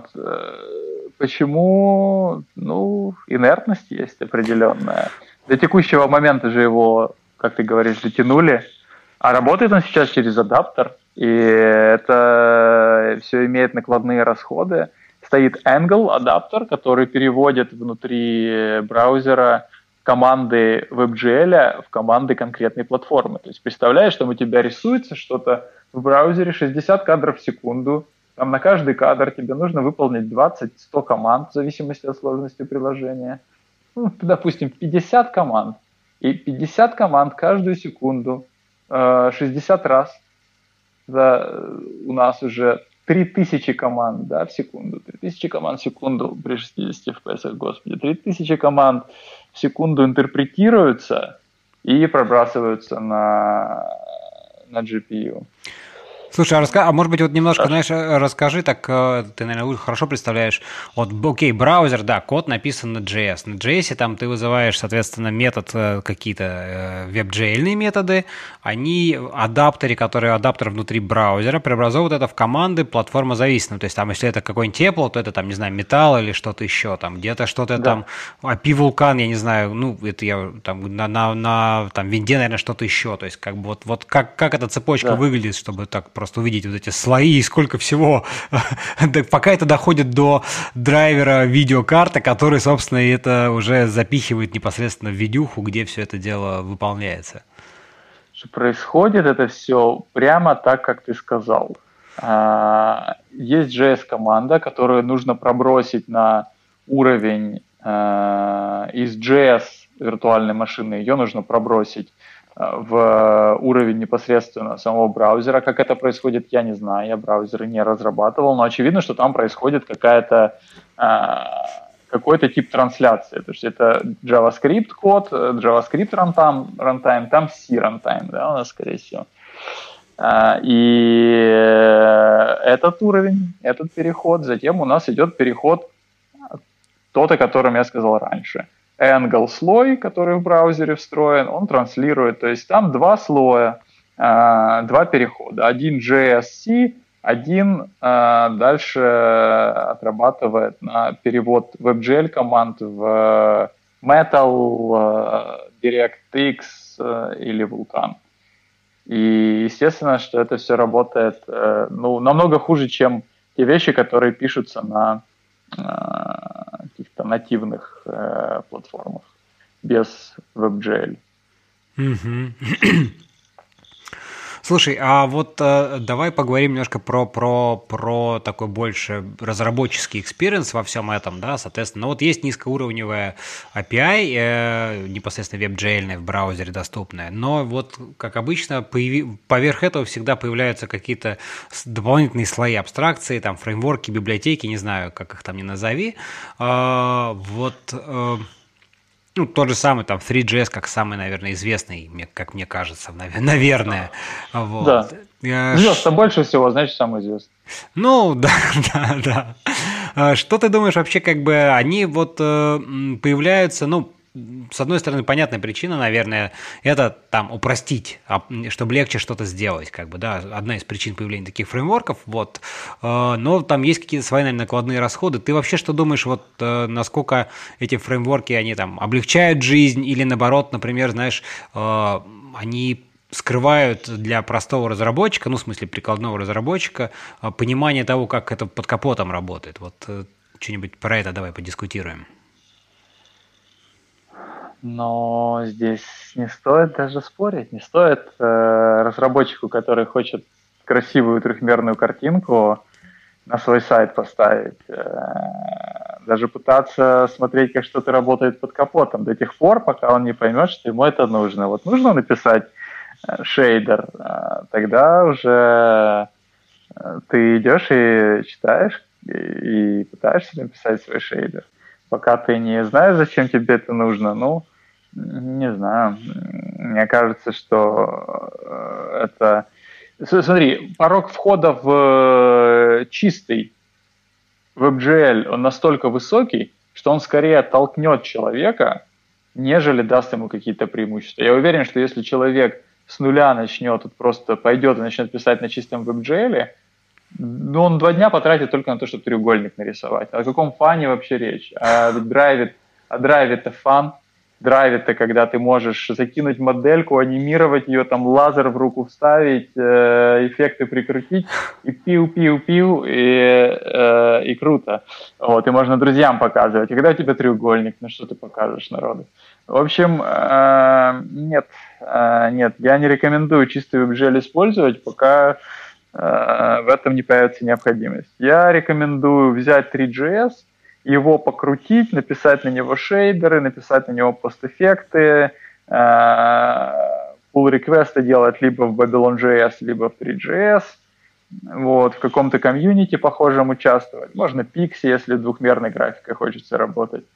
Почему? Ну, инертность есть определенная. До текущего момента же его, как ты говоришь, дотянули, а работает он сейчас через адаптер, и это все имеет накладные расходы. Стоит Angle адаптер, который переводит внутри браузера команды WebGL в команды конкретной платформы. То есть представляешь, что у тебя рисуется что-то в браузере шестьдесят кадров в секунду, там на каждый кадр тебе нужно выполнить двадцать-сто команд в зависимости от сложности приложения. Ну, допустим, пятьдесят команд. И пятьдесят команд каждую секунду, шестьдесят раз. За, у нас уже три тысячи команд, да, в секунду. три тысячи команд в секунду при шестидесяти эф пи эс, господи. три тысячи команд в секунду интерпретируются и пробрасываются на, на джи пи ю. Слушай, а, раска... а может быть, вот немножко, знаешь, расскажи, так ты, наверное, хорошо представляешь. Вот, окей, браузер, да, код написан на джей эс. На джей эс там ты вызываешь, соответственно, метод, какие-то веб-джей-эльные методы. Они, адаптеры, которые адаптер внутри браузера, преобразовывают это в команды платформозависимые. То есть, там, если это какой-нибудь Apple, то это, там, не знаю, Metal или что-то еще. Там, где-то что-то да. там, эй пи ай Vulkan, я не знаю, ну, это я там на, на, на там, винде, наверное, что-то еще. То есть, как бы, вот, вот как, как эта цепочка да. выглядит, чтобы так просто увидеть вот эти слои и сколько всего, пока это доходит до драйвера видеокарты, который, собственно, это уже запихивает непосредственно в видюху, где все это дело выполняется. Происходит это все прямо так, как ты сказал. Есть джей эс-команда, которую нужно пробросить на уровень из джей эс виртуальной машины, ее нужно пробросить в уровень непосредственно самого браузера. Как это происходит, я не знаю, я браузеры не разрабатывал, но очевидно, что там происходит какая-то, какой-то тип трансляции. То есть это JavaScript код, JavaScript runtime, runtime там C runtime, да, у нас, скорее всего. И этот уровень, этот переход, затем у нас идет переход, тот, о котором я сказал раньше. Angle слой, который в браузере встроен, он транслирует, то есть там два слоя, э, два перехода, один джей эс си, один э, дальше отрабатывает на перевод WebGL команд в Metal, э, DirectX э, или Vulkan. И естественно, что это все работает э, ну, намного хуже, чем те вещи, которые пишутся на э, каких-то нативных э, платформах без WebGL. Mm-hmm. Слушай, а вот э, давай поговорим немножко про, про, про такой больше разработческий экспириенс во всем этом, да, соответственно. Ну вот есть низкоуровневая эй пи ай, э, непосредственно веб-джей-эльная в браузере доступная, но вот, как обычно, появи... поверх этого всегда появляются какие-то дополнительные слои абстракции, там, фреймворки, библиотеки, не знаю, как их там ни назови. Э, вот... Э, Ну, тот же самый, там, три джей эс, как самый, наверное, известный, как мне кажется, наверное. Вот. Да. Звезд-то больше всего, значит, самый известный. Ну, да, да, да. Что ты думаешь вообще, как бы, они вот появляются, ну, с одной стороны, понятная причина, наверное, это там упростить, чтобы легче что-то сделать, как бы, да, одна из причин появления таких фреймворков, вот, но там есть какие-то свои, наверное, накладные расходы. Ты вообще что думаешь, вот, насколько эти фреймворки, они там облегчают жизнь или, наоборот, например, знаешь, они скрывают для простого разработчика, ну, в смысле, прикладного разработчика, понимание того, как это под капотом работает. Вот что-нибудь про это давай подискутируем. Но здесь не стоит даже спорить, не стоит э, разработчику, который хочет красивую трехмерную картинку на свой сайт поставить, э, даже пытаться смотреть, как что-то работает под капотом до тех пор, пока он не поймет, что ему это нужно. Вот нужно написать э, шейдер, э, тогда уже э, ты идешь и читаешь, и, и пытаешься написать свой шейдер. Пока ты не знаешь, зачем тебе это нужно, ну, не знаю. Мне кажется, что это... Смотри, порог входа в чистый WebGL, он настолько высокий, что он скорее оттолкнет человека, нежели даст ему какие-то преимущества. Я уверен, что если человек с нуля начнет, вот просто пойдет и начнет писать на чистом WebGL, ну, он два дня потратит только на то, чтобы треугольник нарисовать. О каком фане вообще речь? А драйв, а драйв это фан. Драйв это когда ты можешь закинуть модельку, анимировать ее, там лазер в руку вставить, э, эффекты прикрутить, и пиу-пиу-пиу, и, э, и круто. Вот, и можно друзьям показывать. И когда у тебя треугольник, ну что ты покажешь народу? В общем, э, нет, э, нет, я не рекомендую чистый WebGL использовать, пока в этом не появится необходимость. Я рекомендую взять три джей эс, его покрутить, написать на него шейдеры, написать на него постэффекты, pull-реквесты делать либо в Babylon.js, либо в три джей эс, вот, в каком-то комьюнити похожем участвовать. Можно Pixie, если двухмерной графикой хочется работать.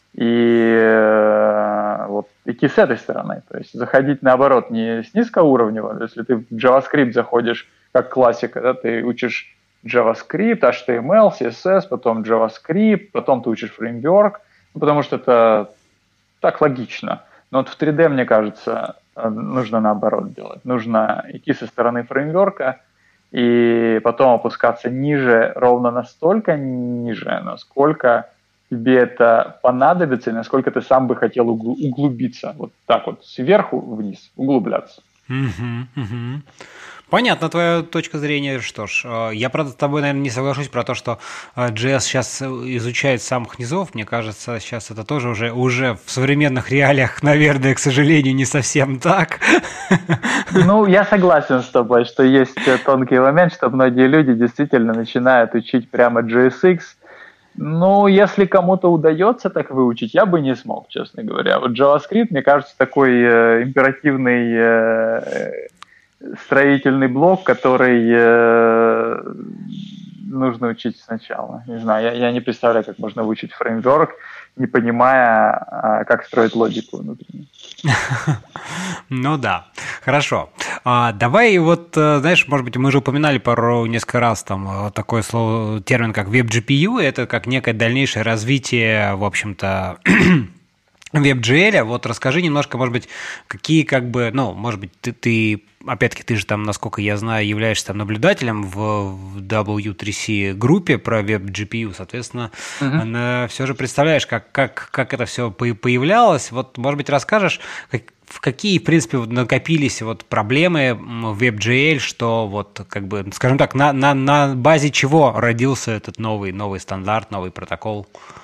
И вот идти с этой стороны, то есть заходить наоборот не с низкоуровневого, если ты в JavaScript заходишь как классика, да, ты учишь JavaScript, эйч ти эм эл, си эс эс, потом JavaScript, потом ты учишь фреймворк, ну, потому что это так логично. Но вот в три дэ, мне кажется, нужно наоборот делать. Нужно идти со стороны фреймворка и потом опускаться ниже, ровно настолько ниже, насколько тебе это понадобится и насколько ты сам бы хотел углубиться. Вот так вот, сверху вниз, углубляться. Угу, угу. Понятна твоя точка зрения. Что ж, я, правда, с тобой, наверное, не соглашусь про то, что джей эс сейчас изучает с самых низов. Мне кажется, сейчас это тоже уже, уже в современных реалиях, наверное, к сожалению, не совсем так. Ну, я согласен с тобой, что есть тонкий момент, что многие люди действительно начинают учить прямо джей эс икс. Ну, если кому-то удается так выучить, я бы не смог, честно говоря. Вот JavaScript, мне кажется, такой э, императивный э, строительный блок, который э, нужно учить сначала. Не знаю, я, я не представляю, как можно выучить фреймворк, не понимая, а, как строить логику внутреннюю. Ну да, хорошо. А, давай вот, знаешь, может быть, мы же упоминали пару несколько раз там такое слово, термин как WebGPU, это как некое дальнейшее развитие, в общем-то, WebGL. Вот расскажи немножко, может быть, какие как бы, ну, может быть, ты, ты опять-таки, ты же там, насколько я знаю, являешься там наблюдателем в, в дабл ю три си группе про WebGPU, соответственно, uh-huh. все же представляешь, как, как, как это все появлялось. Вот, может быть, расскажешь, как, в какие, в принципе, накопились вот проблемы в WebGL, что вот, как бы, скажем так, на, на, на базе чего родился этот новый, новый стандарт, новый протокол?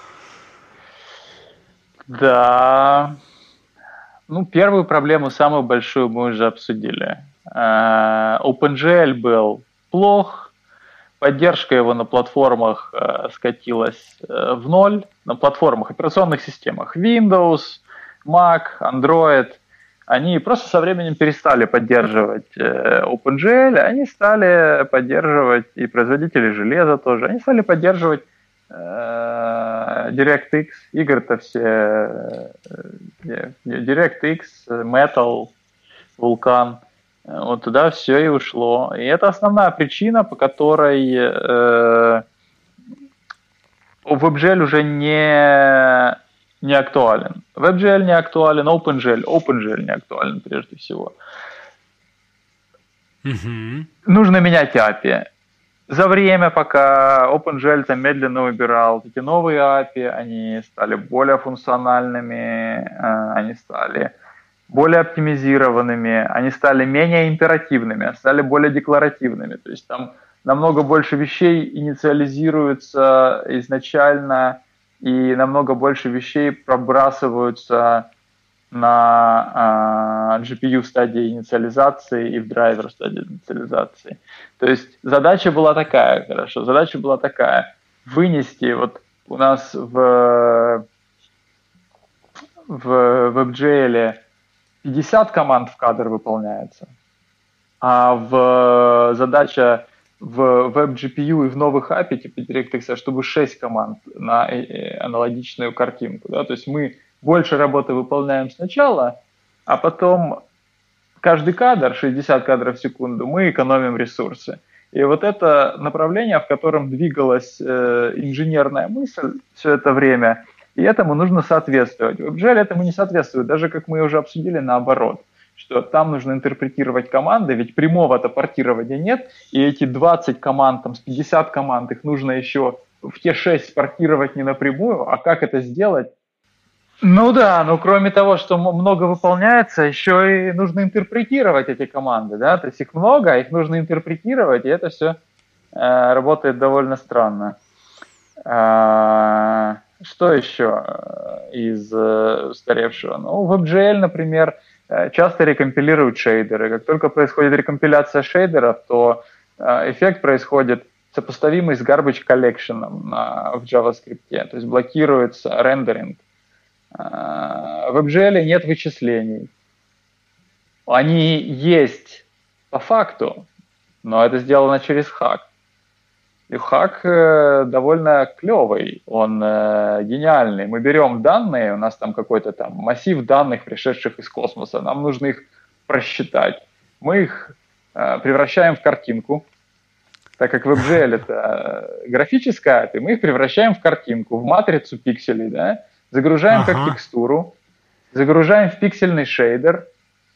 Да, ну, первую проблему, самую большую, мы уже обсудили. OpenGL был плох, поддержка его на платформах скатилась в ноль, на платформах, операционных системах Windows, Mac, Android. Они просто со временем перестали поддерживать OpenGL, они стали поддерживать, и производители железа тоже, они стали поддерживать DirectX, игры-то все DirectX, Metal, Vulkan, вот туда все и ушло. И это основная причина, по которой э, WebGL уже не, не актуален. WebGL не актуален, OpenGL, OpenGL не актуален прежде всего. Mm-hmm. Нужно менять эй пи ай. За время, пока OpenGL там медленно выбирал эти новые эй пи ай, они стали более функциональными, они стали более оптимизированными, они стали менее императивными, стали более декларативными. То есть там намного больше вещей инициализируются изначально, и намного больше вещей пробрасываются на э, джи пи ю в стадии инициализации и в драйвер в стадии инициализации. То есть задача была такая, хорошо, задача была такая, вынести, вот у нас в, в WebGL пятьдесят команд в кадр выполняется, а в задача в WebGPU и в новых эй пи ай типа DirectX, чтобы шесть команд на аналогичную картинку. Да? То есть мы больше работы выполняем сначала, а потом каждый кадр, шестьдесят кадров в секунду, мы экономим ресурсы. И вот это направление, в котором двигалась э, инженерная мысль все это время, и этому нужно соответствовать. WebGL этому не соответствует, даже как мы уже обсудили, наоборот, что там нужно интерпретировать команды, ведь прямого-то портирования нет, и эти двадцать команд, там, с пятьдесят команд, их нужно еще в те шесть портировать не напрямую, а как это сделать? Ну да, но кроме того, что много выполняется, еще и нужно интерпретировать эти команды, да, то есть их много, их нужно интерпретировать, и это все э, работает довольно странно. А, что еще из э, устаревшего? Ну, WebGL, например, часто рекомпилируют шейдеры. Как только происходит рекомпиляция шейдеров, то э, эффект происходит сопоставимый с garbage collection на, в JavaScript, то есть блокируется рендеринг. В WebGL нет вычислений. Они есть по факту, но это сделано через хак. И хак довольно клевый, он гениальный. Мы берем данные, у нас там какой-то там массив данных, пришедших из космоса, нам нужно их просчитать. Мы их превращаем в картинку, так как WebGL это графическая эй пи ай, мы их превращаем в картинку, в матрицу пикселей, да? Загружаем ага. как текстуру, загружаем в пиксельный шейдер,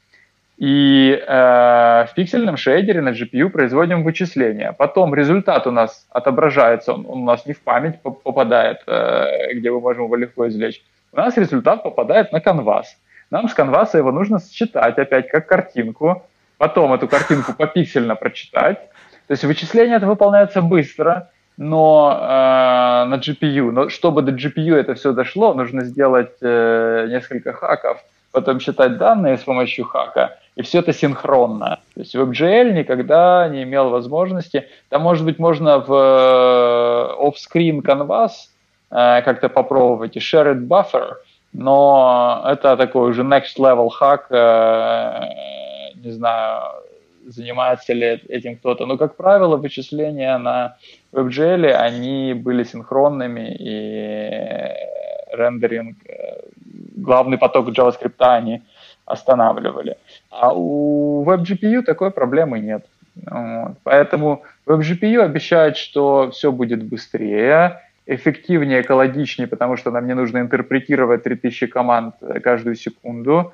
и э, в пиксельном шейдере на джи пи ю производим вычисления. Потом результат у нас отображается, он, он у нас не в память попадает, э, где мы можем его легко извлечь. У нас результат попадает на канвас. Нам с канваса его нужно считать опять как картинку, потом эту картинку попиксельно прочитать. То есть вычисление это выполняется быстро, но э, на джи пи ю. Но чтобы до джи пи ю это все дошло, нужно сделать э, несколько хаков, потом считать данные с помощью хака, и все это синхронно. То есть WebGL никогда не имел возможности. Там, может быть, можно в э, off-screen canvas э, как-то попробовать и shared buffer, но это такой уже next level хак, э, не знаю, занимается ли этим кто-то. Но, как правило, вычисления на WebGL, они были синхронными, и рендеринг, главный поток JavaScript они останавливали. А у WebGPU такой проблемы нет. Вот. Поэтому WebGPU обещает, что все будет быстрее, эффективнее, экологичнее, потому что нам не нужно интерпретировать три тысячи команд каждую секунду.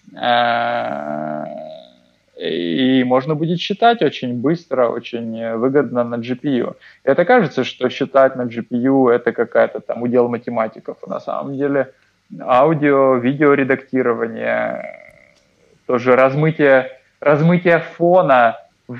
И можно будет считать очень быстро, очень выгодно на джи пи ю. И это кажется, что считать на джи пи ю это какая-то там удел математиков. На самом деле аудио, видео редактирование, тоже размытие, размытие фона в,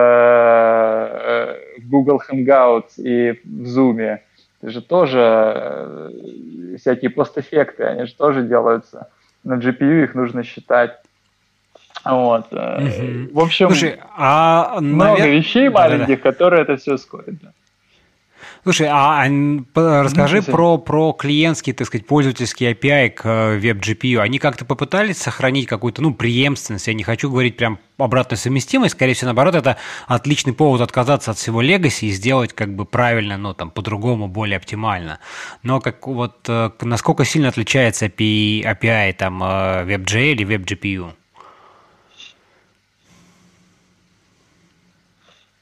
в Google Hangouts и в Zoom. Это же тоже всякие постэффекты, они же тоже делаются на джи пи ю, их нужно считать. Вот. Угу. В общем, Слушай, а, много навер... вещей маленьких, да-да-да. которые это все ускорят. Да. Слушай, а, а расскажи mm-hmm. про, про клиентский, так сказать, пользовательский эй пи ай к WebGPU. Они как-то попытались сохранить какую-то, ну, преемственность? Я не хочу говорить прям обратную совместимость, скорее всего, наоборот, это отличный повод отказаться от всего legacy и сделать как бы правильно, ну, там, по-другому, более оптимально. Но как вот, насколько сильно отличается эй пи ай, эй пи ай там, WebGL и WebGPU?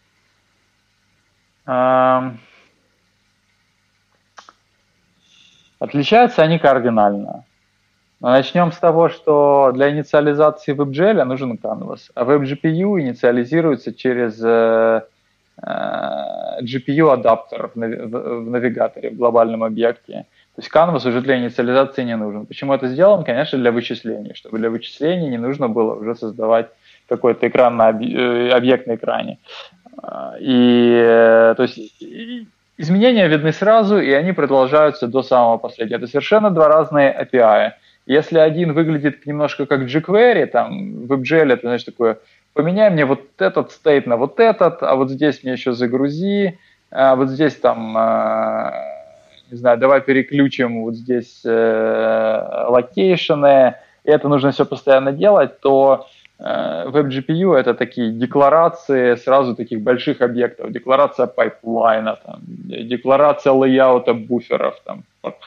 Um... Отличаются они кардинально. Но начнем с того, что для инициализации WebGL нужен Canvas, а WebGPU инициализируется через э, э, джи пи ю-адаптер в, в, в навигаторе, в глобальном объекте. То есть Canvas уже для инициализации не нужен. Почему это сделано? Конечно, для вычислений. Чтобы для вычислений не нужно было уже создавать какой-то экран на объект на экране. И, то есть, изменения видны сразу, и они продолжаются до самого последнего. Это совершенно два разные эй пи ай. Если один выглядит немножко как jQuery, там, WebGL, это, значит, такое, поменяй мне вот этот стейт на вот этот, а вот здесь мне еще загрузи, а вот здесь там, не знаю, давай переключим вот здесь локейшены, и это нужно все постоянно делать, то WebGPU — это такие декларации сразу таких больших объектов, декларация пайплайна, там, декларация лейаута буферов, там.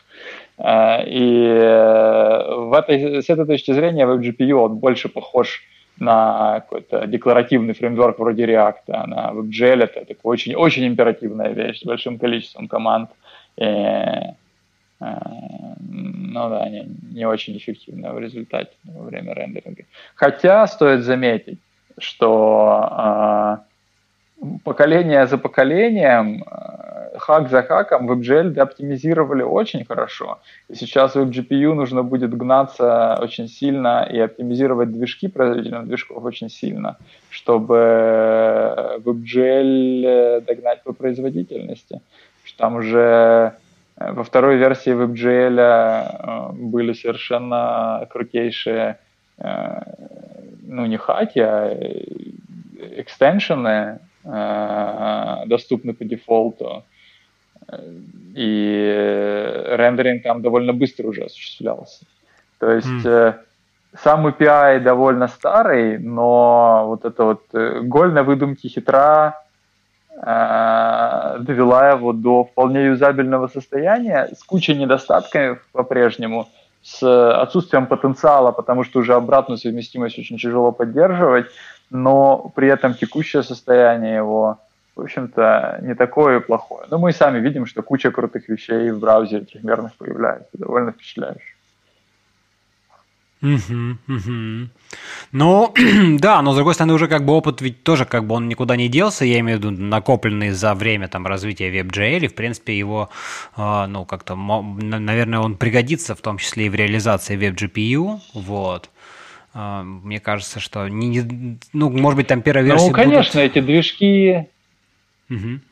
И в этой, с этой точки зрения WebGPU он больше похож на какой-то декларативный фреймворк вроде React, а на WebGL это такая очень, очень императивная вещь с большим количеством команд. И, ну да, не, не очень эффективно в результате во время рендеринга. Хотя стоит заметить, что э, поколение за поколением, э, хак за хаком WebGL дооптимизировали очень хорошо. И сейчас WebGPU нужно будет гнаться очень сильно и оптимизировать движки производительных движков очень сильно, чтобы WebGL догнать по производительности. Там уже во второй версии WebGL были совершенно крутейшие, ну не хаки, а экстеншены, доступны по дефолту. И рендеринг там довольно быстро уже осуществлялся. То есть mm. сам эй пи ай довольно старый, но вот эта вот голь на выдумке хитра довела его до вполне юзабельного состояния с кучей недостатков по-прежнему, с отсутствием потенциала, потому что уже обратную совместимость очень тяжело поддерживать, но при этом текущее состояние его, в общем-то, не такое и плохое. Но мы и сами видим, что куча крутых вещей в браузере трехмерных появляется, довольно впечатляюще. Угу, угу. Ну, да, но с другой стороны уже как бы опыт ведь тоже как бы он никуда не делся, я имею в виду накопленный за время там развития WebGL, и в принципе его, э, ну, как-то, наверное, он пригодится в том числе и в реализации WebGPU, вот. Э, мне кажется, что, не, ну, может быть, там первая версия. Ну, конечно, будут... эти движки... Угу.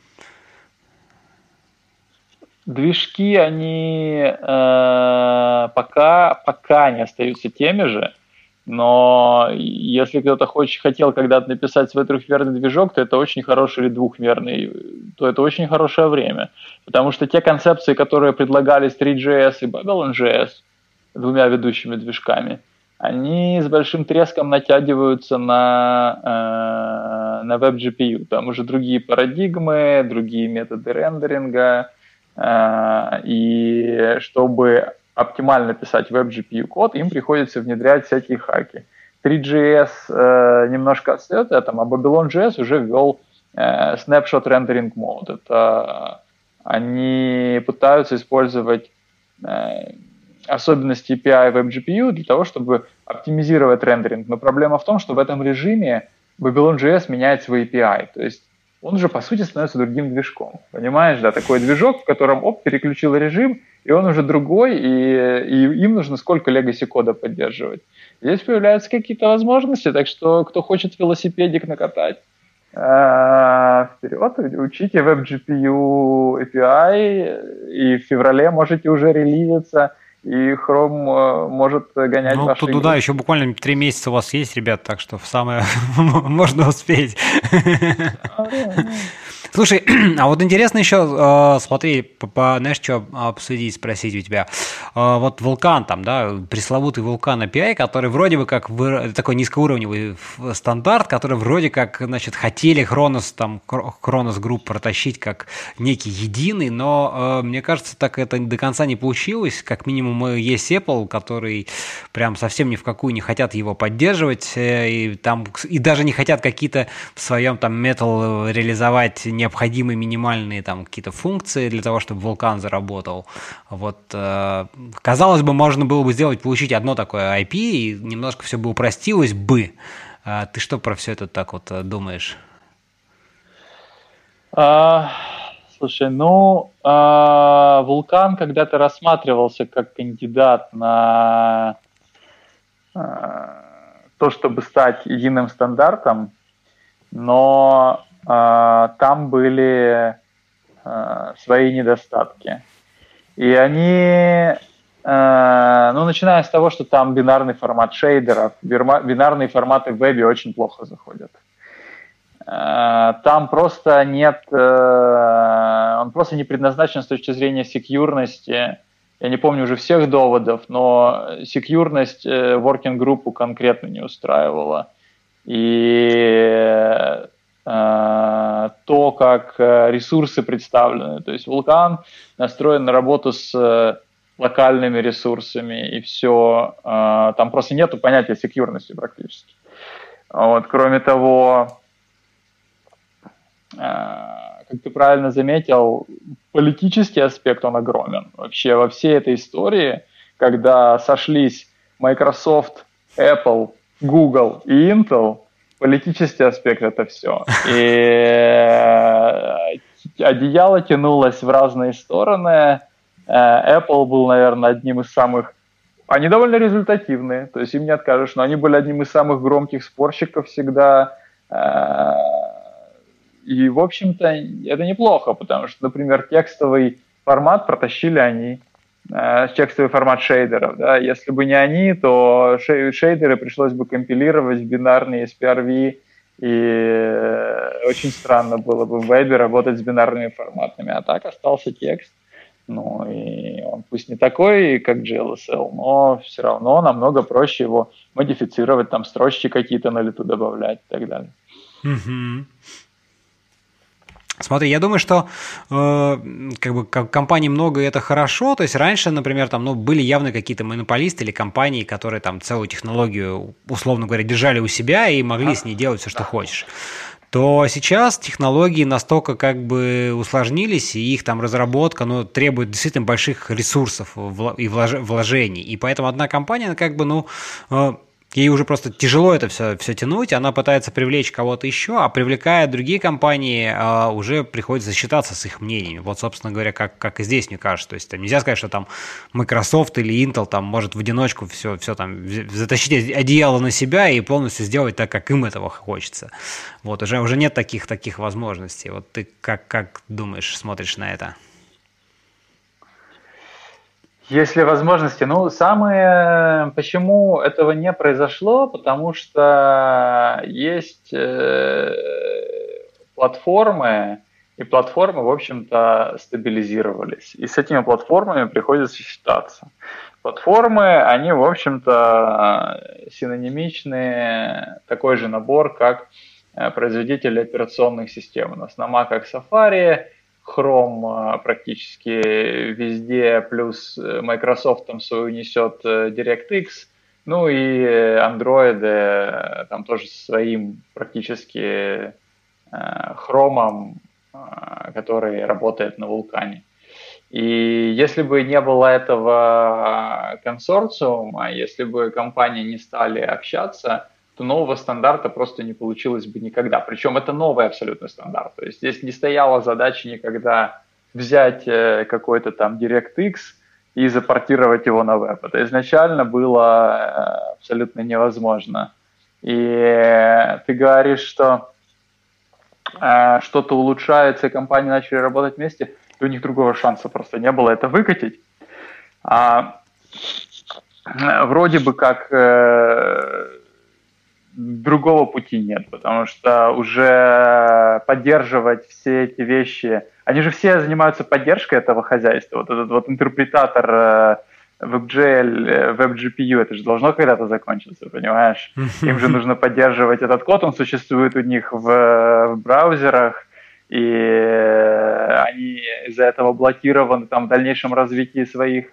Движки, они э, пока, пока не остаются теми же, но если кто-то хочет, хотел когда-то написать свой трехмерный движок, то это очень хороший или двухмерный, то это очень хорошее время. Потому что те концепции, которые предлагались три джей эс и Babylon джей эс, двумя ведущими движками, они с большим треском натягиваются на, э, на WebGPU. Там уже другие парадигмы, другие методы рендеринга. И чтобы оптимально писать WebGPU код, им приходится внедрять всякие хаки. три джей эс э, немножко отстает этому, а Babylon джей эс уже ввел э, Snapshot Rendering Mode. Это они пытаются использовать э, особенности эй пи ай WebGPU для того, чтобы оптимизировать рендеринг. Но проблема в том, что в этом режиме Babylon джей эс меняет свой эй пи ай. То есть он уже, по сути, становится другим движком. Понимаешь, да, такой движок, в котором оп, переключил режим, и он уже другой, и, и им нужно сколько legacy кода поддерживать. Здесь появляются какие-то возможности, так что кто хочет велосипедик накатать, э, вперед, учите WebGPU эй пи ай, и в феврале можете уже релизиться, и Chrome может гонять ну, ваши... Ну, туда еще буквально три месяца у вас есть, ребят, так что в самое можно успеть. Слушай, а вот интересно еще, смотри, по, знаешь, что обсудить, спросить у тебя. Вот Vulkan там, да, пресловутый Vulkan эй пи ай, который вроде бы как вы, такой низкоуровневый стандарт, который вроде как, значит, хотели Хронос, там, Хронос Групп протащить как некий единый, но мне кажется, так это до конца не получилось. Как минимум есть Apple, который прям совсем ни в какую не хотят его поддерживать, и, там, и даже не хотят какие-то в своем там Metal реализовать необходимы минимальные там какие-то функции для того, чтобы вулкан заработал. Вот, казалось бы, можно было бы сделать, получить одно такое ай пи, и немножко все бы упростилось бы. Ты что про все это так вот думаешь? А, слушай, ну, а, вулкан когда-то рассматривался как кандидат на а, то, чтобы стать единым стандартом, но а, там были а, свои недостатки. И они, а, ну, начиная с того, что там бинарный формат шейдеров, бинарные форматы в вебе очень плохо заходят. Там просто нет, он просто не предназначен с точки зрения секьюрности. Я не помню уже всех доводов, но секьюрность working группу конкретно не устраивала. И то, как ресурсы представлены. То есть вулкан настроен на работу с локальными ресурсами, и все. Там просто нету понятия секьюрности практически. Вот. Кроме того, как ты правильно заметил, политический аспект, он огромен. Вообще во всей этой истории, когда сошлись Microsoft, Apple, Google и Intel, политический аспект — это все. И одеяло тянулось в разные стороны. Apple был, наверное, одним из самых... Они довольно результативные, то есть им не откажешь, но они были одним из самых громких спорщиков всегда. И, в общем-то, это неплохо, потому что, например, текстовый формат протащили они, э, текстовый формат шейдеров. Да? Если бы не они, то шейдеры пришлось бы компилировать в бинарные эс пи ар ви, и очень странно было бы в вебе работать с бинарными форматами. А так остался текст. Ну, и он пусть не такой, как джей эл эс эл, но все равно намного проще его модифицировать, там строчки какие-то на лету добавлять и так далее. Mm-hmm. Смотри, я думаю, что э, как бы компаний много, и это хорошо. То есть раньше, например, там, ну, были явно какие-то монополисты или компании, которые там целую технологию, условно говоря, держали у себя и могли с ней делать все, что хочешь. То сейчас технологии настолько как бы усложнились, и их там разработка, ну, требует действительно больших ресурсов и вложений. И поэтому одна компания, она как бы, ну, э, ей уже просто тяжело это все, все тянуть, она пытается привлечь кого-то еще, а привлекая другие компании, а, уже приходится считаться с их мнениями. Вот, собственно говоря, как, как и здесь, мне кажется. То есть там нельзя сказать, что там Microsoft или Intel там может в одиночку все, все там затащить одеяло на себя и полностью сделать так, как им этого хочется. Вот, уже, уже нет таких, таких возможностей. Вот ты как, как думаешь, смотришь на это? Есть ли возможности? Ну, самое... Почему этого не произошло? Потому что есть э, платформы, и платформы, в общем-то, стабилизировались. И с этими платформами приходится считаться. Платформы, они, в общем-то, синонимичны, такой же набор, как производители операционных систем. У нас на Mac Safari, Chrome практически везде, плюс Microsoft там свою несет DirectX, ну и Android там тоже своим практически Chrome, который работает на вулкане. И если бы не было этого консорциума, если бы компании не стали общаться, то нового стандарта просто не получилось бы никогда. Причем это новый абсолютно стандарт. То есть здесь не стояла задача никогда взять какой-то там DirectX и запортировать его на веб. Это изначально было абсолютно невозможно. И ты говоришь, что что-то улучшается, и компании начали работать вместе, и у них другого шанса просто не было это выкатить. А, вроде бы как э, другого пути нет, потому что уже поддерживать все эти вещи... Они же все занимаются поддержкой этого хозяйства. Вот этот вот интерпретатор э, WebGL, WebGPU, это же должно когда-то закончиться, понимаешь? Им же нужно поддерживать этот код, он существует у них в, в браузерах, и они из-за этого блокированы там в дальнейшем развитии своих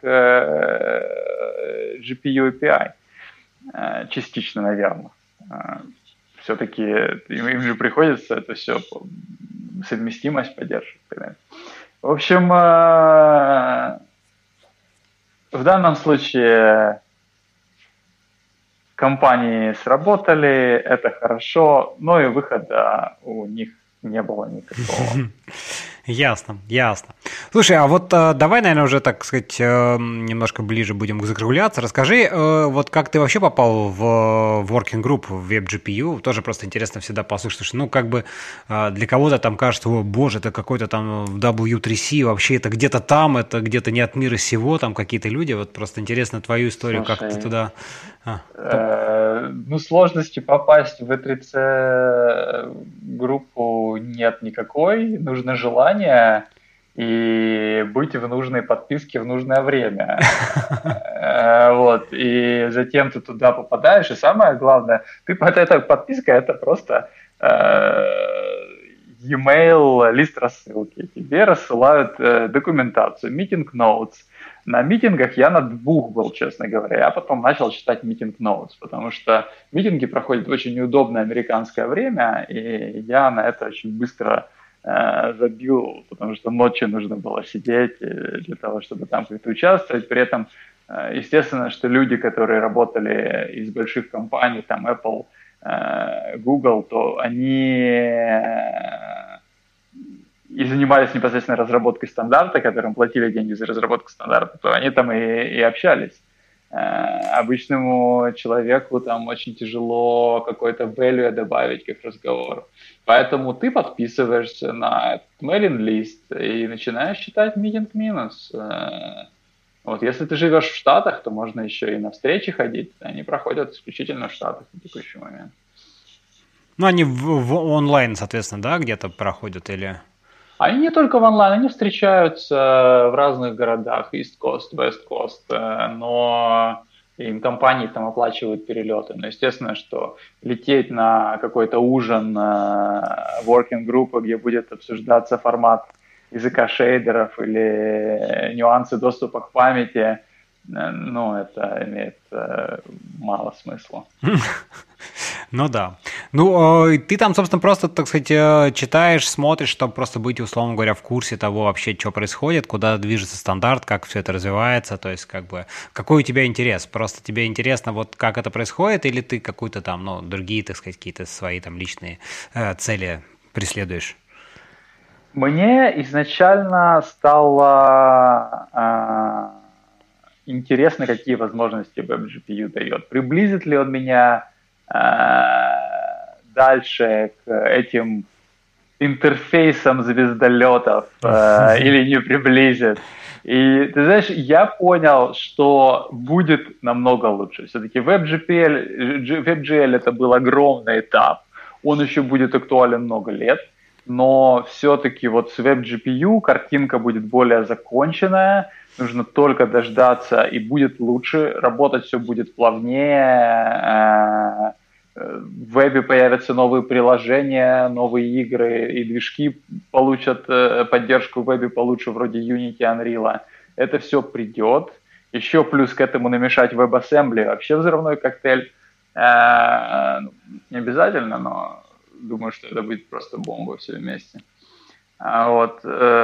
э, джи пи ю эй пи ай. Э, частично, наверное. Э, все-таки им, им же приходится это все совместимость поддерживать. В общем, в данном случае компании сработали, это хорошо, но и выхода у них не было никакого. Ясно, ясно. Слушай, а вот э, давай, наверное, уже, так сказать, э, немножко ближе будем к закругляться. Расскажи, э, вот как ты вообще попал в, в working group в WebGPU? Тоже просто интересно всегда послушать, что, ну, как бы э, для кого-то там кажется, о, боже, это какой-то там дабл ю три си, вообще это где-то там, это где-то не от мира сего, там какие-то люди. Вот просто интересно твою историю, Слушай, как ты туда... А, э, ну, сложности попасть в ви три си группу нет никакой, нужно желание и быть в нужной подписке в нужное время. Вот. И затем ты туда попадаешь, и самое главное, ты под этой подпиской, это просто e-mail, лист рассылки. Тебе рассылают документацию, meeting notes. На митингах я на двух был, честно говоря. Я потом начал читать meeting notes, потому что митинги проходят в очень неудобное американское время, и я на это очень быстро забил, потому что ночью нужно было сидеть для того, чтобы там как-то участвовать. При этом, естественно, что люди, которые работали из больших компаний, там Apple, Google, то они и занимались непосредственно разработкой стандарта, которым платили деньги за разработку стандарта, то они там и, и общались. Обычному человеку там очень тяжело какой-то value добавить к их разговору. Поэтому ты подписываешься на этот mailing-лист и начинаешь читать meeting minutes. Вот, если ты живешь в Штатах, то можно еще и на встречи ходить. Они проходят исключительно в Штатах на текущий момент. Ну, они в, в онлайн, соответственно, да, где-то проходят или... Они не только в онлайн, они встречаются в разных городах, East Coast, West Coast, но им компании там оплачивают перелеты. Но естественно, что лететь на какой-то ужин working group, где будет обсуждаться формат языка шейдеров или нюансы доступа к памяти, ну, это имеет мало смысла. Ну да. Ну, ты там, собственно, просто, так сказать, читаешь, смотришь, чтобы просто быть, условно говоря, в курсе того вообще, что происходит, куда движется стандарт, как все это развивается, то есть, как бы, какой у тебя интерес? Просто тебе интересно, вот как это происходит, или ты какую-то там, ну, другие, так сказать, какие-то свои там личные э, цели преследуешь? Мне изначально стало э, интересно, какие возможности WebGPU дает. Приблизит ли он меня дальше к этим интерфейсам звездолетов э, или не приблизит. И ты знаешь, я понял, что будет намного лучше. Все-таки WebGPL, WebGL это был огромный этап. Он еще будет актуален много лет. Но все-таки вот с WebGPU картинка будет более законченная. Нужно только дождаться, и будет лучше. Работать все будет плавнее. В вебе появятся новые приложения, новые игры, и движки получат поддержку в вебе получше, вроде Unity, Unreal. Это все придет. Еще плюс к этому намешать WebAssembly. Вообще взрывной коктейль. Не обязательно, но думаю, что это будет просто бомба все вместе. Вот.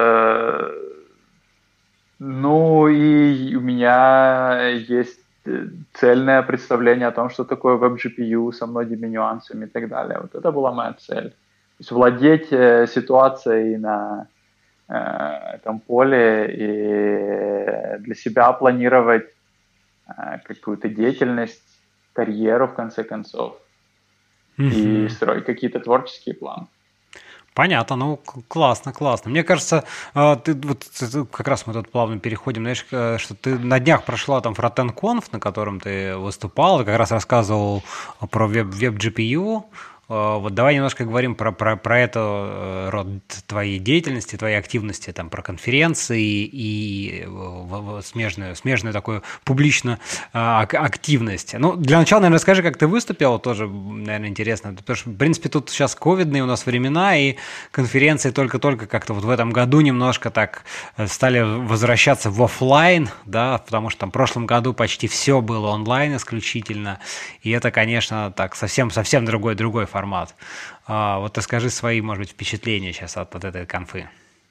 Ну и у меня есть цельное представление о том, что такое WebGPU со многими нюансами и так далее. Вот это была моя цель. То есть владеть ситуацией на э, этом поле и для себя планировать э, какую-то деятельность, карьеру в конце концов, mm-hmm. и строить какие-то творческие планы. Понятно, ну классно, классно. Мне кажется, ты вот как раз мы тут плавно переходим, знаешь, что ты на днях прошла там Frontend Conf, на котором ты выступал, ты как раз рассказывал про WebGPU. Вот давай немножко говорим про, про, про это род твоей деятельности, твоей активности, там, про конференции и смежную, смежную такую публичную а, активность. Ну, для начала, наверное, расскажи, как ты выступил, тоже, наверное, интересно, потому что, в принципе, тут сейчас ковидные у нас времена, и конференции только-только как-то вот в этом году немножко так стали возвращаться в офлайн, да, потому что там в прошлом году почти все было онлайн исключительно, и это, конечно, так совсем-совсем другой, другой формат. формат. А, вот расскажи свои, может быть, впечатления сейчас от, от этой конфы.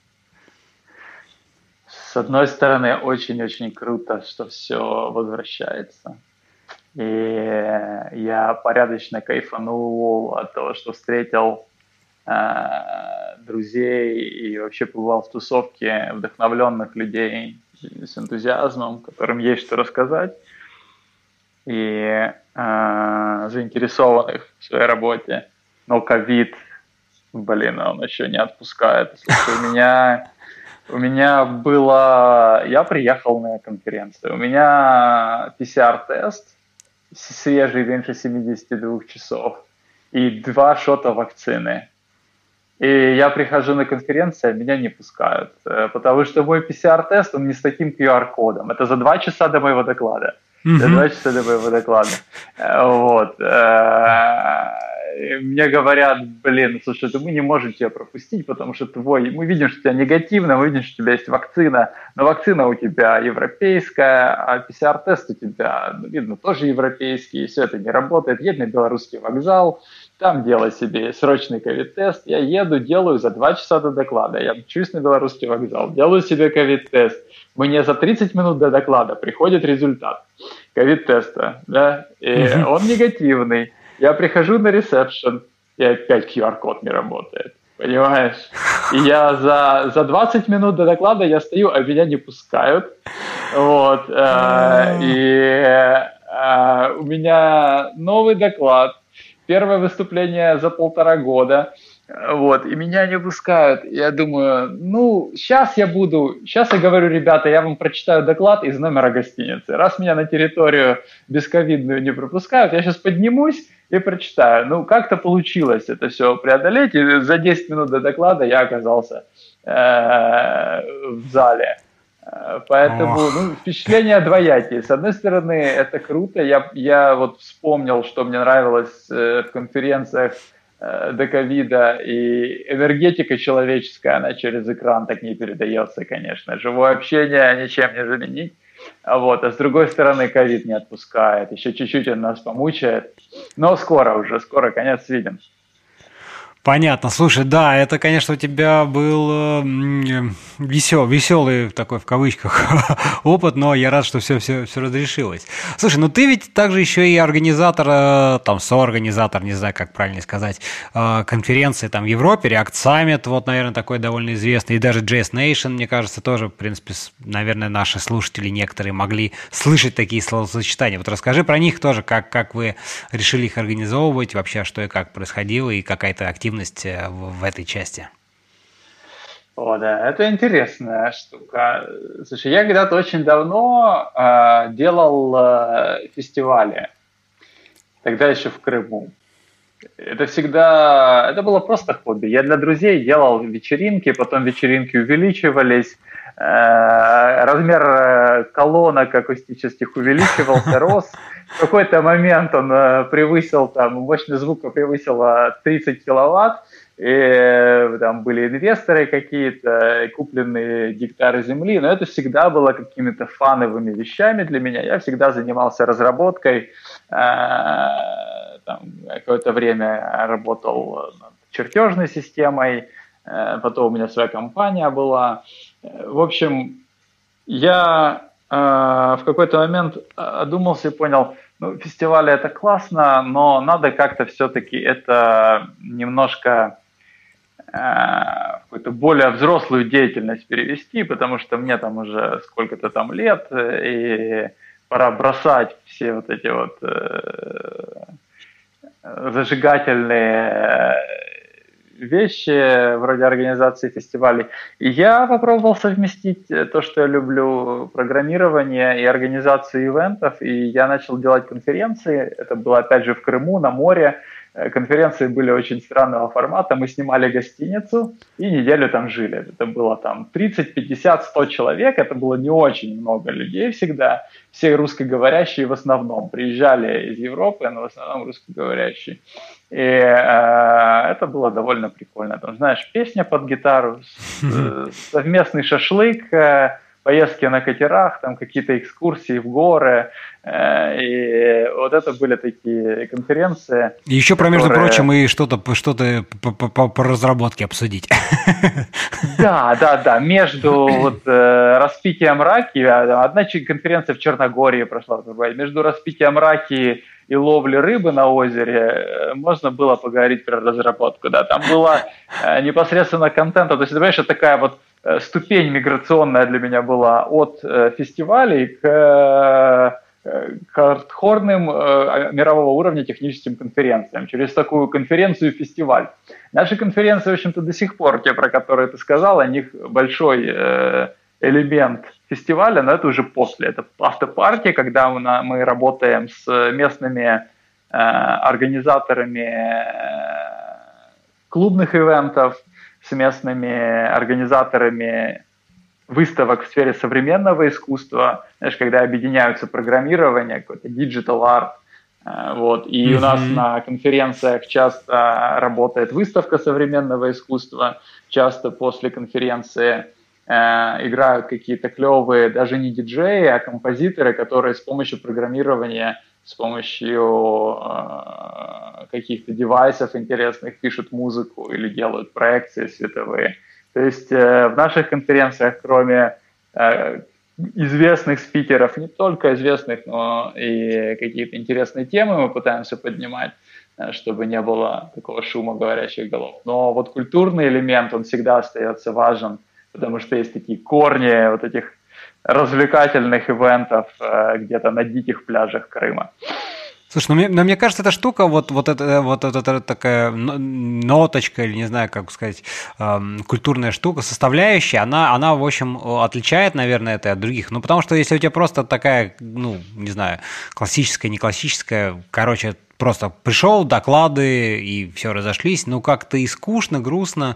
С одной стороны, очень-очень круто, что все возвращается. И я порядочно кайфанул от того, что встретил э, друзей и вообще побывал в тусовке вдохновленных людей с энтузиазмом, которым есть что рассказать, и э, заинтересованных в своей работе. Но ковид, блин, он еще не отпускает. Слушай, у меня... У меня было... Я приехал на конференцию. У меня пи си ар-тест свежий, меньше семидесяти двух часов. И два шота вакцины. И я прихожу на конференцию, меня не пускают. Потому что мой пи си ар-тест, он не с таким ку ар-кодом. Это за два часа до моего доклада. Mm-hmm. За два часа до моего доклада. Вот. Мне говорят, блин, слушай, мы не можем тебя пропустить, потому что твой, мы видим, что у тебя негативно, мы видим, что у тебя есть вакцина, но вакцина у тебя европейская, а пи си ар-тест у тебя, ну, видно, тоже европейский, и все это не работает. Едь на белорусский вокзал, там делай себе срочный ковид-тест. Я еду, делаю за два часа до доклада. Я мчусь на белорусский вокзал, делаю себе ковид-тест. Мне за тридцать минут до доклада приходит результат ковид-теста, да, и он негативный. Я прихожу на ресепшн, и опять ку ар-код не работает, понимаешь? И я за, за двадцать минут до доклада я стою, а меня не пускают. Вот. Э, и э, у меня новый доклад, первое выступление за полтора года. Вот, и меня не пускают. Я думаю, ну, сейчас я буду, сейчас я говорю, ребята, я вам прочитаю доклад из номера гостиницы. Раз меня на территорию бесковидную не пропускают, я сейчас поднимусь и прочитаю. Ну, как-то получилось это все преодолеть, и за десять минут до доклада я оказался э, в зале. Поэтому ну, впечатления двоякие. С одной стороны, это круто. Я, я вот вспомнил, что мне нравилось э, в конференциях до ковида, и энергетика человеческая, она через экран так не передается, конечно. Живое общение ничем не заменить. Вот. А с другой стороны, ковид не отпускает. Еще чуть-чуть он нас помучает. Но скоро уже, скоро конец виден. Понятно. Слушай, да, это, конечно, у тебя был весел, веселый такой, в кавычках, опыт, но я рад, что все, все, все разрешилось. Слушай, ну ты ведь также еще и организатор, там, соорганизатор, не знаю, как правильно сказать, конференции там в Европе, React Summit, вот, наверное, такой довольно известный, и даже джей эс Nation, мне кажется, тоже, в принципе, наверное, наши слушатели некоторые могли слышать такие словосочетания. Вот расскажи про них тоже, как, как вы решили их организовывать, вообще, что и как происходило, и какая-то активность в, в этой части. О, да, это интересная штука. Слушай, я когда-то очень давно э, делал э, фестивали, тогда еще в Крыму. Это всегда, это было просто хобби. Я для друзей делал вечеринки, потом вечеринки увеличивались, э, размер колонок акустических увеличивался, рос. В какой-то момент он превысил, там, мощность звука превысила тридцать киловатт, и там были инвесторы какие-то, купленные гектары земли, но это всегда было какими-то фановыми вещами для меня. Я всегда занимался разработкой, там, какое-то время работал над чертежной системой, потом у меня своя компания была. В общем, я в какой-то момент одумался и понял, ну, фестивали это классно, но надо как-то все-таки это немножко э, в какую-то более взрослую деятельность перевести, потому что мне там уже сколько-то там лет, и пора бросать все вот эти вот э, зажигательные вещи вроде организации фестивалей. И я попробовал совместить то, что я люблю, программирование и организацию ивентов, и я начал делать конференции. Это было, опять же, в Крыму, на море. Конференции были очень странного формата. Мы снимали гостиницу и неделю там жили. Это было там тридцать, пятьдесят, сто человек. Это было не очень много людей всегда. Все русскоговорящие в основном. Приезжали из Европы, но в основном русскоговорящие. И э, это было довольно прикольно. Там, знаешь, песня под гитару, совместный шашлык, э, поездки на катерах, там какие-то экскурсии в горы, и вот это были такие конференции. И еще про, которые... между прочим, и что-то, что-то по, по, по разработке обсудить. Да, да, да. Между вот, э, распитием раки, одна конференция в Черногории прошла, между распитием раки и ловли рыбы на озере можно было поговорить про разработку. Да. Там было э, непосредственно контента. То есть, ты понимаешь, это такая вот э, ступень миграционная для меня была от э, фестивалей к... Э, хардкорным э, мирового уровня техническим конференциям, через такую конференцию-фестиваль. Наши конференции, в общем-то, до сих пор, те, про которые ты сказал, у них большой э, элемент фестиваля, но это уже после. Это автопарти, когда мы, мы работаем с местными э, организаторами э, клубных ивентов, с местными организаторами выставок в сфере современного искусства, знаешь, когда объединяются программирование, какой-то digital art, вот, и mm-hmm. у нас на конференциях часто работает выставка современного искусства, часто после конференции э, играют какие-то клевые, даже не диджеи, а композиторы, которые с помощью программирования, с помощью э, каких-то девайсов интересных пишут музыку или делают проекции световые. То есть э, в наших конференциях, кроме э, известных спикеров, не только известных, но и какие-то интересные темы мы пытаемся поднимать, э, чтобы не было такого шума говорящих голов. Но вот культурный элемент, он всегда остается важен, потому что есть такие корни вот этих развлекательных ивентов э, где-то на диких пляжах Крыма. Слушай, ну мне, ну, мне кажется, эта штука, вот, вот, это, вот эта такая ноточка, или не знаю, как сказать, эм, культурная штука, составляющая, она, она, в общем, отличает, наверное, это от других. Ну, потому что если у тебя просто такая, ну, не знаю, классическая, не классическая, короче, просто пришел, доклады, и все, разошлись, ну, как-то и скучно, грустно,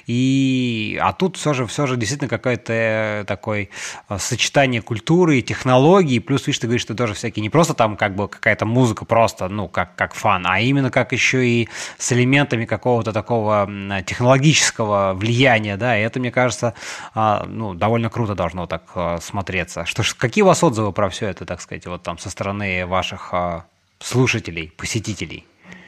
и... а тут все же, все же действительно какое-то такое сочетание культуры и технологий, плюс, видишь, ты говоришь, что тоже всякие, не просто там как бы какая-то музыка просто, ну, как, как фан, а именно как еще и с элементами какого-то такого технологического влияния, да, и это, мне кажется, ну, довольно круто должно так смотреться. Что ж, какие у вас отзывы про все это, так сказать, вот там со стороны ваших слушателей, посетителей?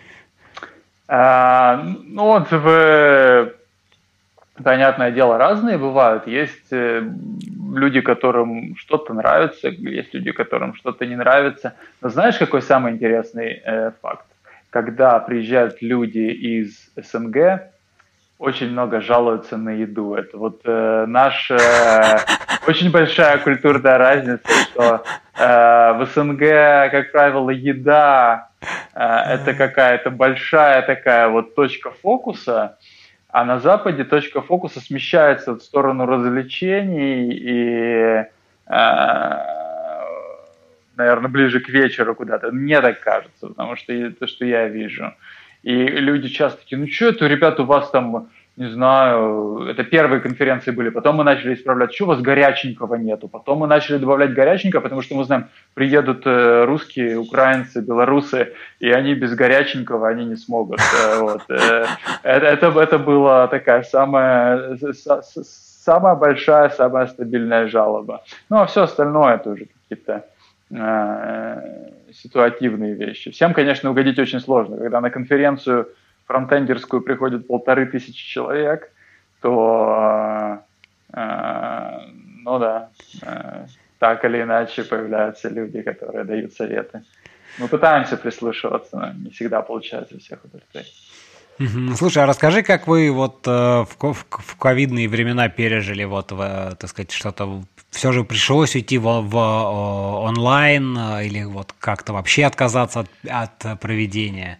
А, ну, отзывы, понятное дело, разные бывают. Есть люди, которым что-то нравится, есть люди, которым что-то не нравится. Но знаешь, какой самый интересный э, факт? Когда приезжают люди из СНГ, очень много жалуются на еду. Это вот э, наша э, очень большая культурная разница, что э, в СНГ, как правило, еда э, это какая-то большая такая вот точка фокуса, а на Западе точка фокуса смещается в сторону развлечений и, э, наверное, ближе к вечеру куда-то. Мне так кажется, потому что то, что я вижу. И люди часто такие, ну что это, ребята, у вас там, не знаю, это первые конференции были, потом мы начали исправлять, что у вас горяченького нету, потом мы начали добавлять горяченького, потому что мы знаем, приедут русские, украинцы, белорусы, и они без горяченького, они не смогут. Вот. Это, это была такая самая, самая большая, самая стабильная жалоба. Ну, а все остальное тоже какие-то ситуативные вещи. Всем, конечно, угодить очень сложно. Когда на конференцию фронтендерскую приходит полторы тысячи человек, то, э, ну да, э, так или иначе появляются люди, которые дают советы. Мы пытаемся прислушиваться, но не всегда получается всех удовлетворить. Слушай, а расскажи, как вы вот э, в, в, в ковидные времена пережили, вот, в, так сказать, что-то, все же пришлось уйти в, в онлайн или вот как-то вообще отказаться от, от проведения?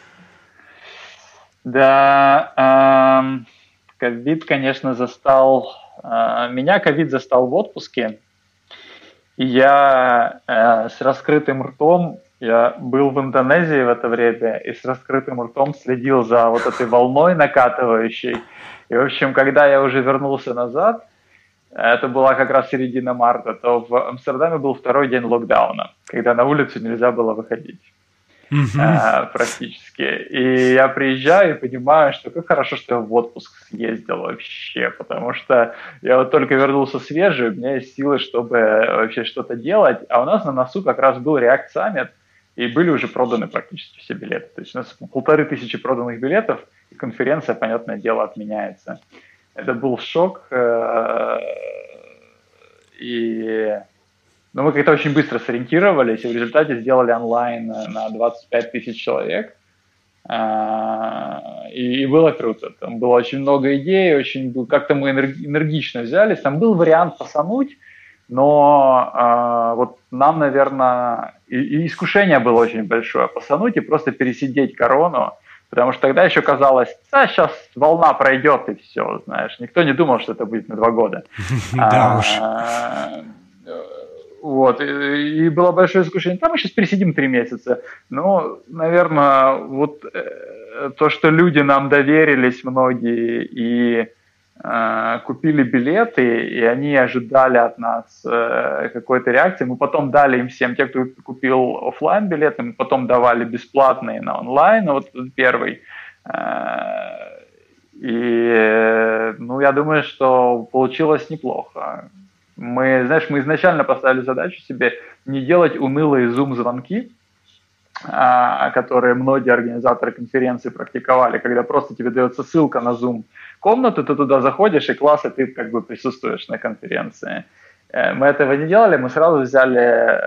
Да, э, ковид, конечно, застал, э, меня ковид застал в отпуске, и я э, с раскрытым ртом, я был в Индонезии в это время и с раскрытым ртом следил за вот этой волной накатывающей. И, в общем, когда я уже вернулся назад, это была как раз середина марта, то в Амстердаме был второй день локдауна, когда на улицу нельзя было выходить. э, практически. И я приезжаю и понимаю, что как хорошо, что я в отпуск съездил вообще, потому что я вот только вернулся свежий, у меня есть силы, чтобы вообще что-то делать, а у нас на носу как раз был React Summit, и были уже проданы практически все билеты. То есть у нас полторы тысячи проданных билетов, и конференция, понятное дело, отменяется. Это был шок, и ну, мы как-то очень быстро сориентировались, и в результате сделали онлайн на двадцать пять тысяч человек, и, и было круто. Там было очень много идей, очень как-то мы энергично взялись. Там был вариант фасануть, но э, вот нам, наверное, и, и искушение было очень большое фасануть и просто пересидеть корону, потому что тогда еще казалось, да, сейчас волна пройдет и все, знаешь. Никто не думал, что это будет на два года. Да уж. Вот, и, и было большое искушение. Там мы сейчас пересидим три месяца. Ну, наверное, вот э, то, что люди нам доверились многие и э, купили билеты, и они ожидали от нас э, какой-то реакции. Мы потом дали им всем, те, кто купил офлайн билеты, мы потом давали бесплатные на онлайн, вот первый. Э, и, ну, я думаю, что получилось неплохо. Мы, знаешь, мы изначально поставили задачу себе не делать унылые зум-звонки, которые многие организаторы конференции практиковали, когда просто тебе дается ссылка на зум-комнату, ты туда заходишь, и класс, и ты как бы присутствуешь на конференции. Мы этого не делали, мы сразу взяли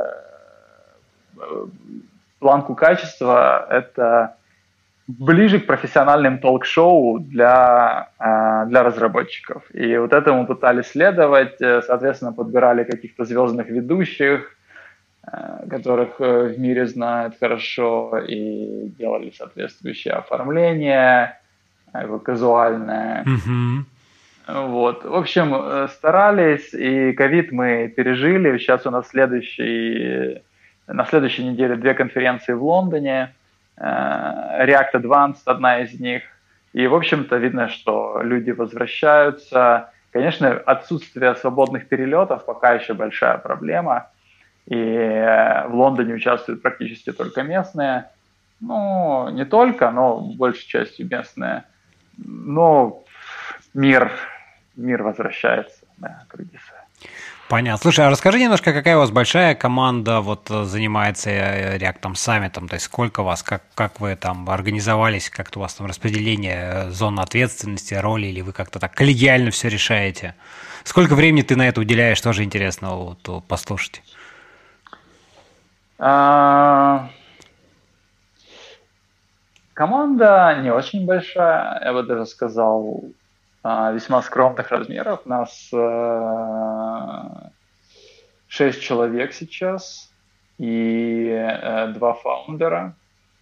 планку качества, это ближе к профессиональным толк-шоу для, для разработчиков. И вот этому пытались следовать, соответственно, подбирали каких-то звездных ведущих, которых в мире знают хорошо, и делали соответствующее оформление, казуальное. Mm-hmm. Вот. В общем, старались, и ковид мы пережили. Сейчас у нас следующий, на следующей неделе две конференции в Лондоне. React Advanced одна из них. И, в общем-то, видно, что люди возвращаются. Конечно, отсутствие свободных перелетов пока еще большая проблема. И в Лондоне участвуют практически только местные. Ну, не только, но большей частью местные. Но мир, мир возвращается на круги своя. Понятно. Слушай, а расскажи немножко, какая у вас большая команда вот занимается React Summit, то есть сколько вас, как, как вы там организовались, как-то у вас там распределение зон ответственности, роли, или вы как-то так коллегиально все решаете? Сколько времени ты на это уделяешь, тоже интересно вот, послушать. А... Команда не очень большая, я бы даже сказал, весьма скромных размеров. Нас э, шесть человек сейчас и э, два фаундера.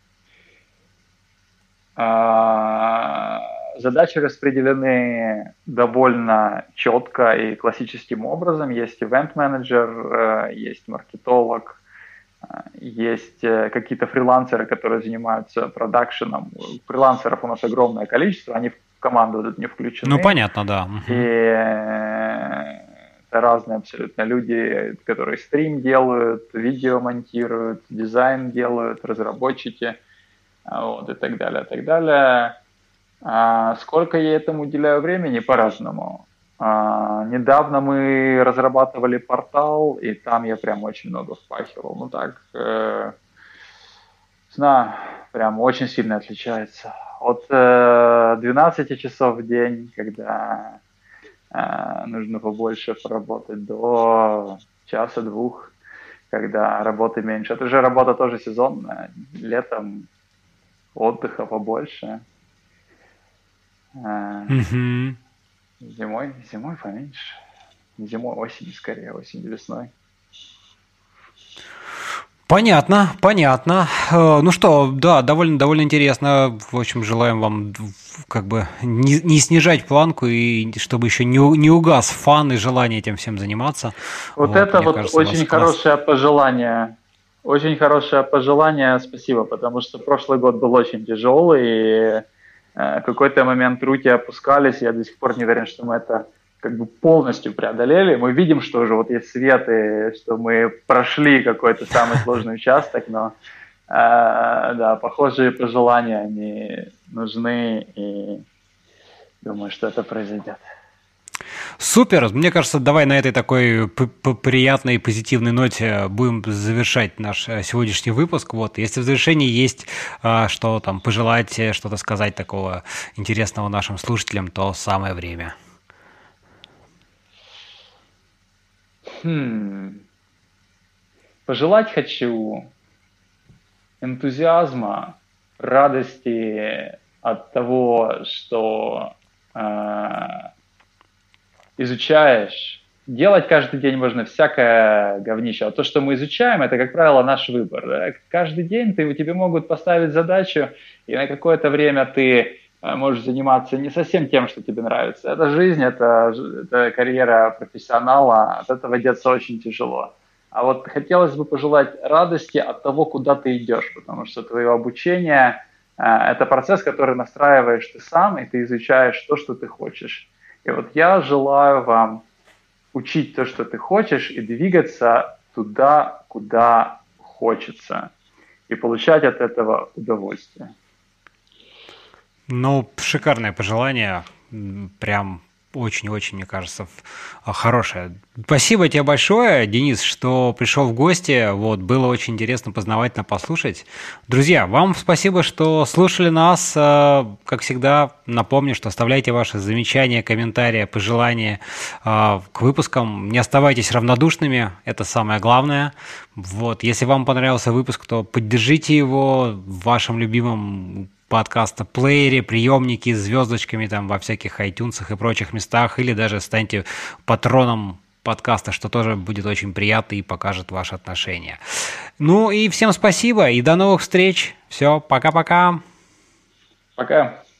Э, задачи распределены довольно четко и классическим образом. Есть ивент-менеджер, э, есть маркетолог, э, есть э, какие-то фрилансеры, которые занимаются продакшеном. Фрилансеров у нас огромное количество, они в команду тут не включены. Ну, понятно, да. И это разные абсолютно люди, которые стрим делают, видео монтируют, дизайн делают, разработчики, вот, и так далее, и так далее. А сколько я этому уделяю времени? По-разному. А, недавно мы разрабатывали портал, и там я прям очень много впахивал. Ну так, э, знаю, прям очень сильно отличается. От э, двенадцати часов в день, когда э, нужно побольше поработать, до часа-двух, когда работы меньше. Это же работа тоже сезонная. Летом отдыха побольше. Э, mm-hmm. Зимой, зимой поменьше. Зимой, осенью скорее, осенью, весной. Понятно, понятно. Ну что, да, довольно, довольно интересно. В общем, желаем вам как бы не, не снижать планку, и чтобы еще не, не угас фан и желание этим всем заниматься. Вот, вот это вот кажется, очень хорошее класс. пожелание. Очень хорошее пожелание, спасибо, потому что прошлый год был очень тяжелый, и в какой-то момент руки опускались, я до сих пор не уверен, что мы это как бы полностью преодолели. Мы видим, что уже вот есть свет, и что мы прошли какой-то самый сложный участок, но да, похожие пожелания, они нужны, и думаю, что это произойдет. Супер! Мне кажется, давай на этой такой приятной и позитивной ноте будем завершать наш сегодняшний выпуск. Вот, если в завершении есть что там пожелать, что-то сказать такого интересного нашим слушателям, то самое время. Хм. Пожелать хочу энтузиазма, радости от того, что э, изучаешь. Делать каждый день можно всякое говнище. А то, что мы изучаем, это, как правило, наш выбор. Да? Каждый день ты, тебе могут поставить задачу, и на какое-то время ты э, можешь заниматься не совсем тем, что тебе нравится. Это жизнь, это, это карьера профессионала. От этого деться очень тяжело. А вот хотелось бы пожелать радости от того, куда ты идешь, потому что твое обучение э, – это процесс, который настраиваешь ты сам, и ты изучаешь то, что ты хочешь. И вот я желаю вам учить то, что ты хочешь, и двигаться туда, куда хочется, и получать от этого удовольствие. Ну, шикарное пожелание, прям очень-очень, мне кажется, хорошее. Спасибо тебе большое, Денис, что пришел в гости. Вот, было очень интересно, познавательно послушать. Друзья, вам спасибо, что слушали нас. Как всегда, напомню, что оставляйте ваши замечания, комментарии, пожелания к выпускам. Не оставайтесь равнодушными, это самое главное. Вот, если вам понравился выпуск, то поддержите его в вашем любимом подкаста, плеере, приемники с звездочками там во всяких iTunes и прочих местах, или даже станьте патроном подкаста, что тоже будет очень приятно и покажет ваши отношения. Ну и всем спасибо и до новых встреч. Все, пока-пока. Пока.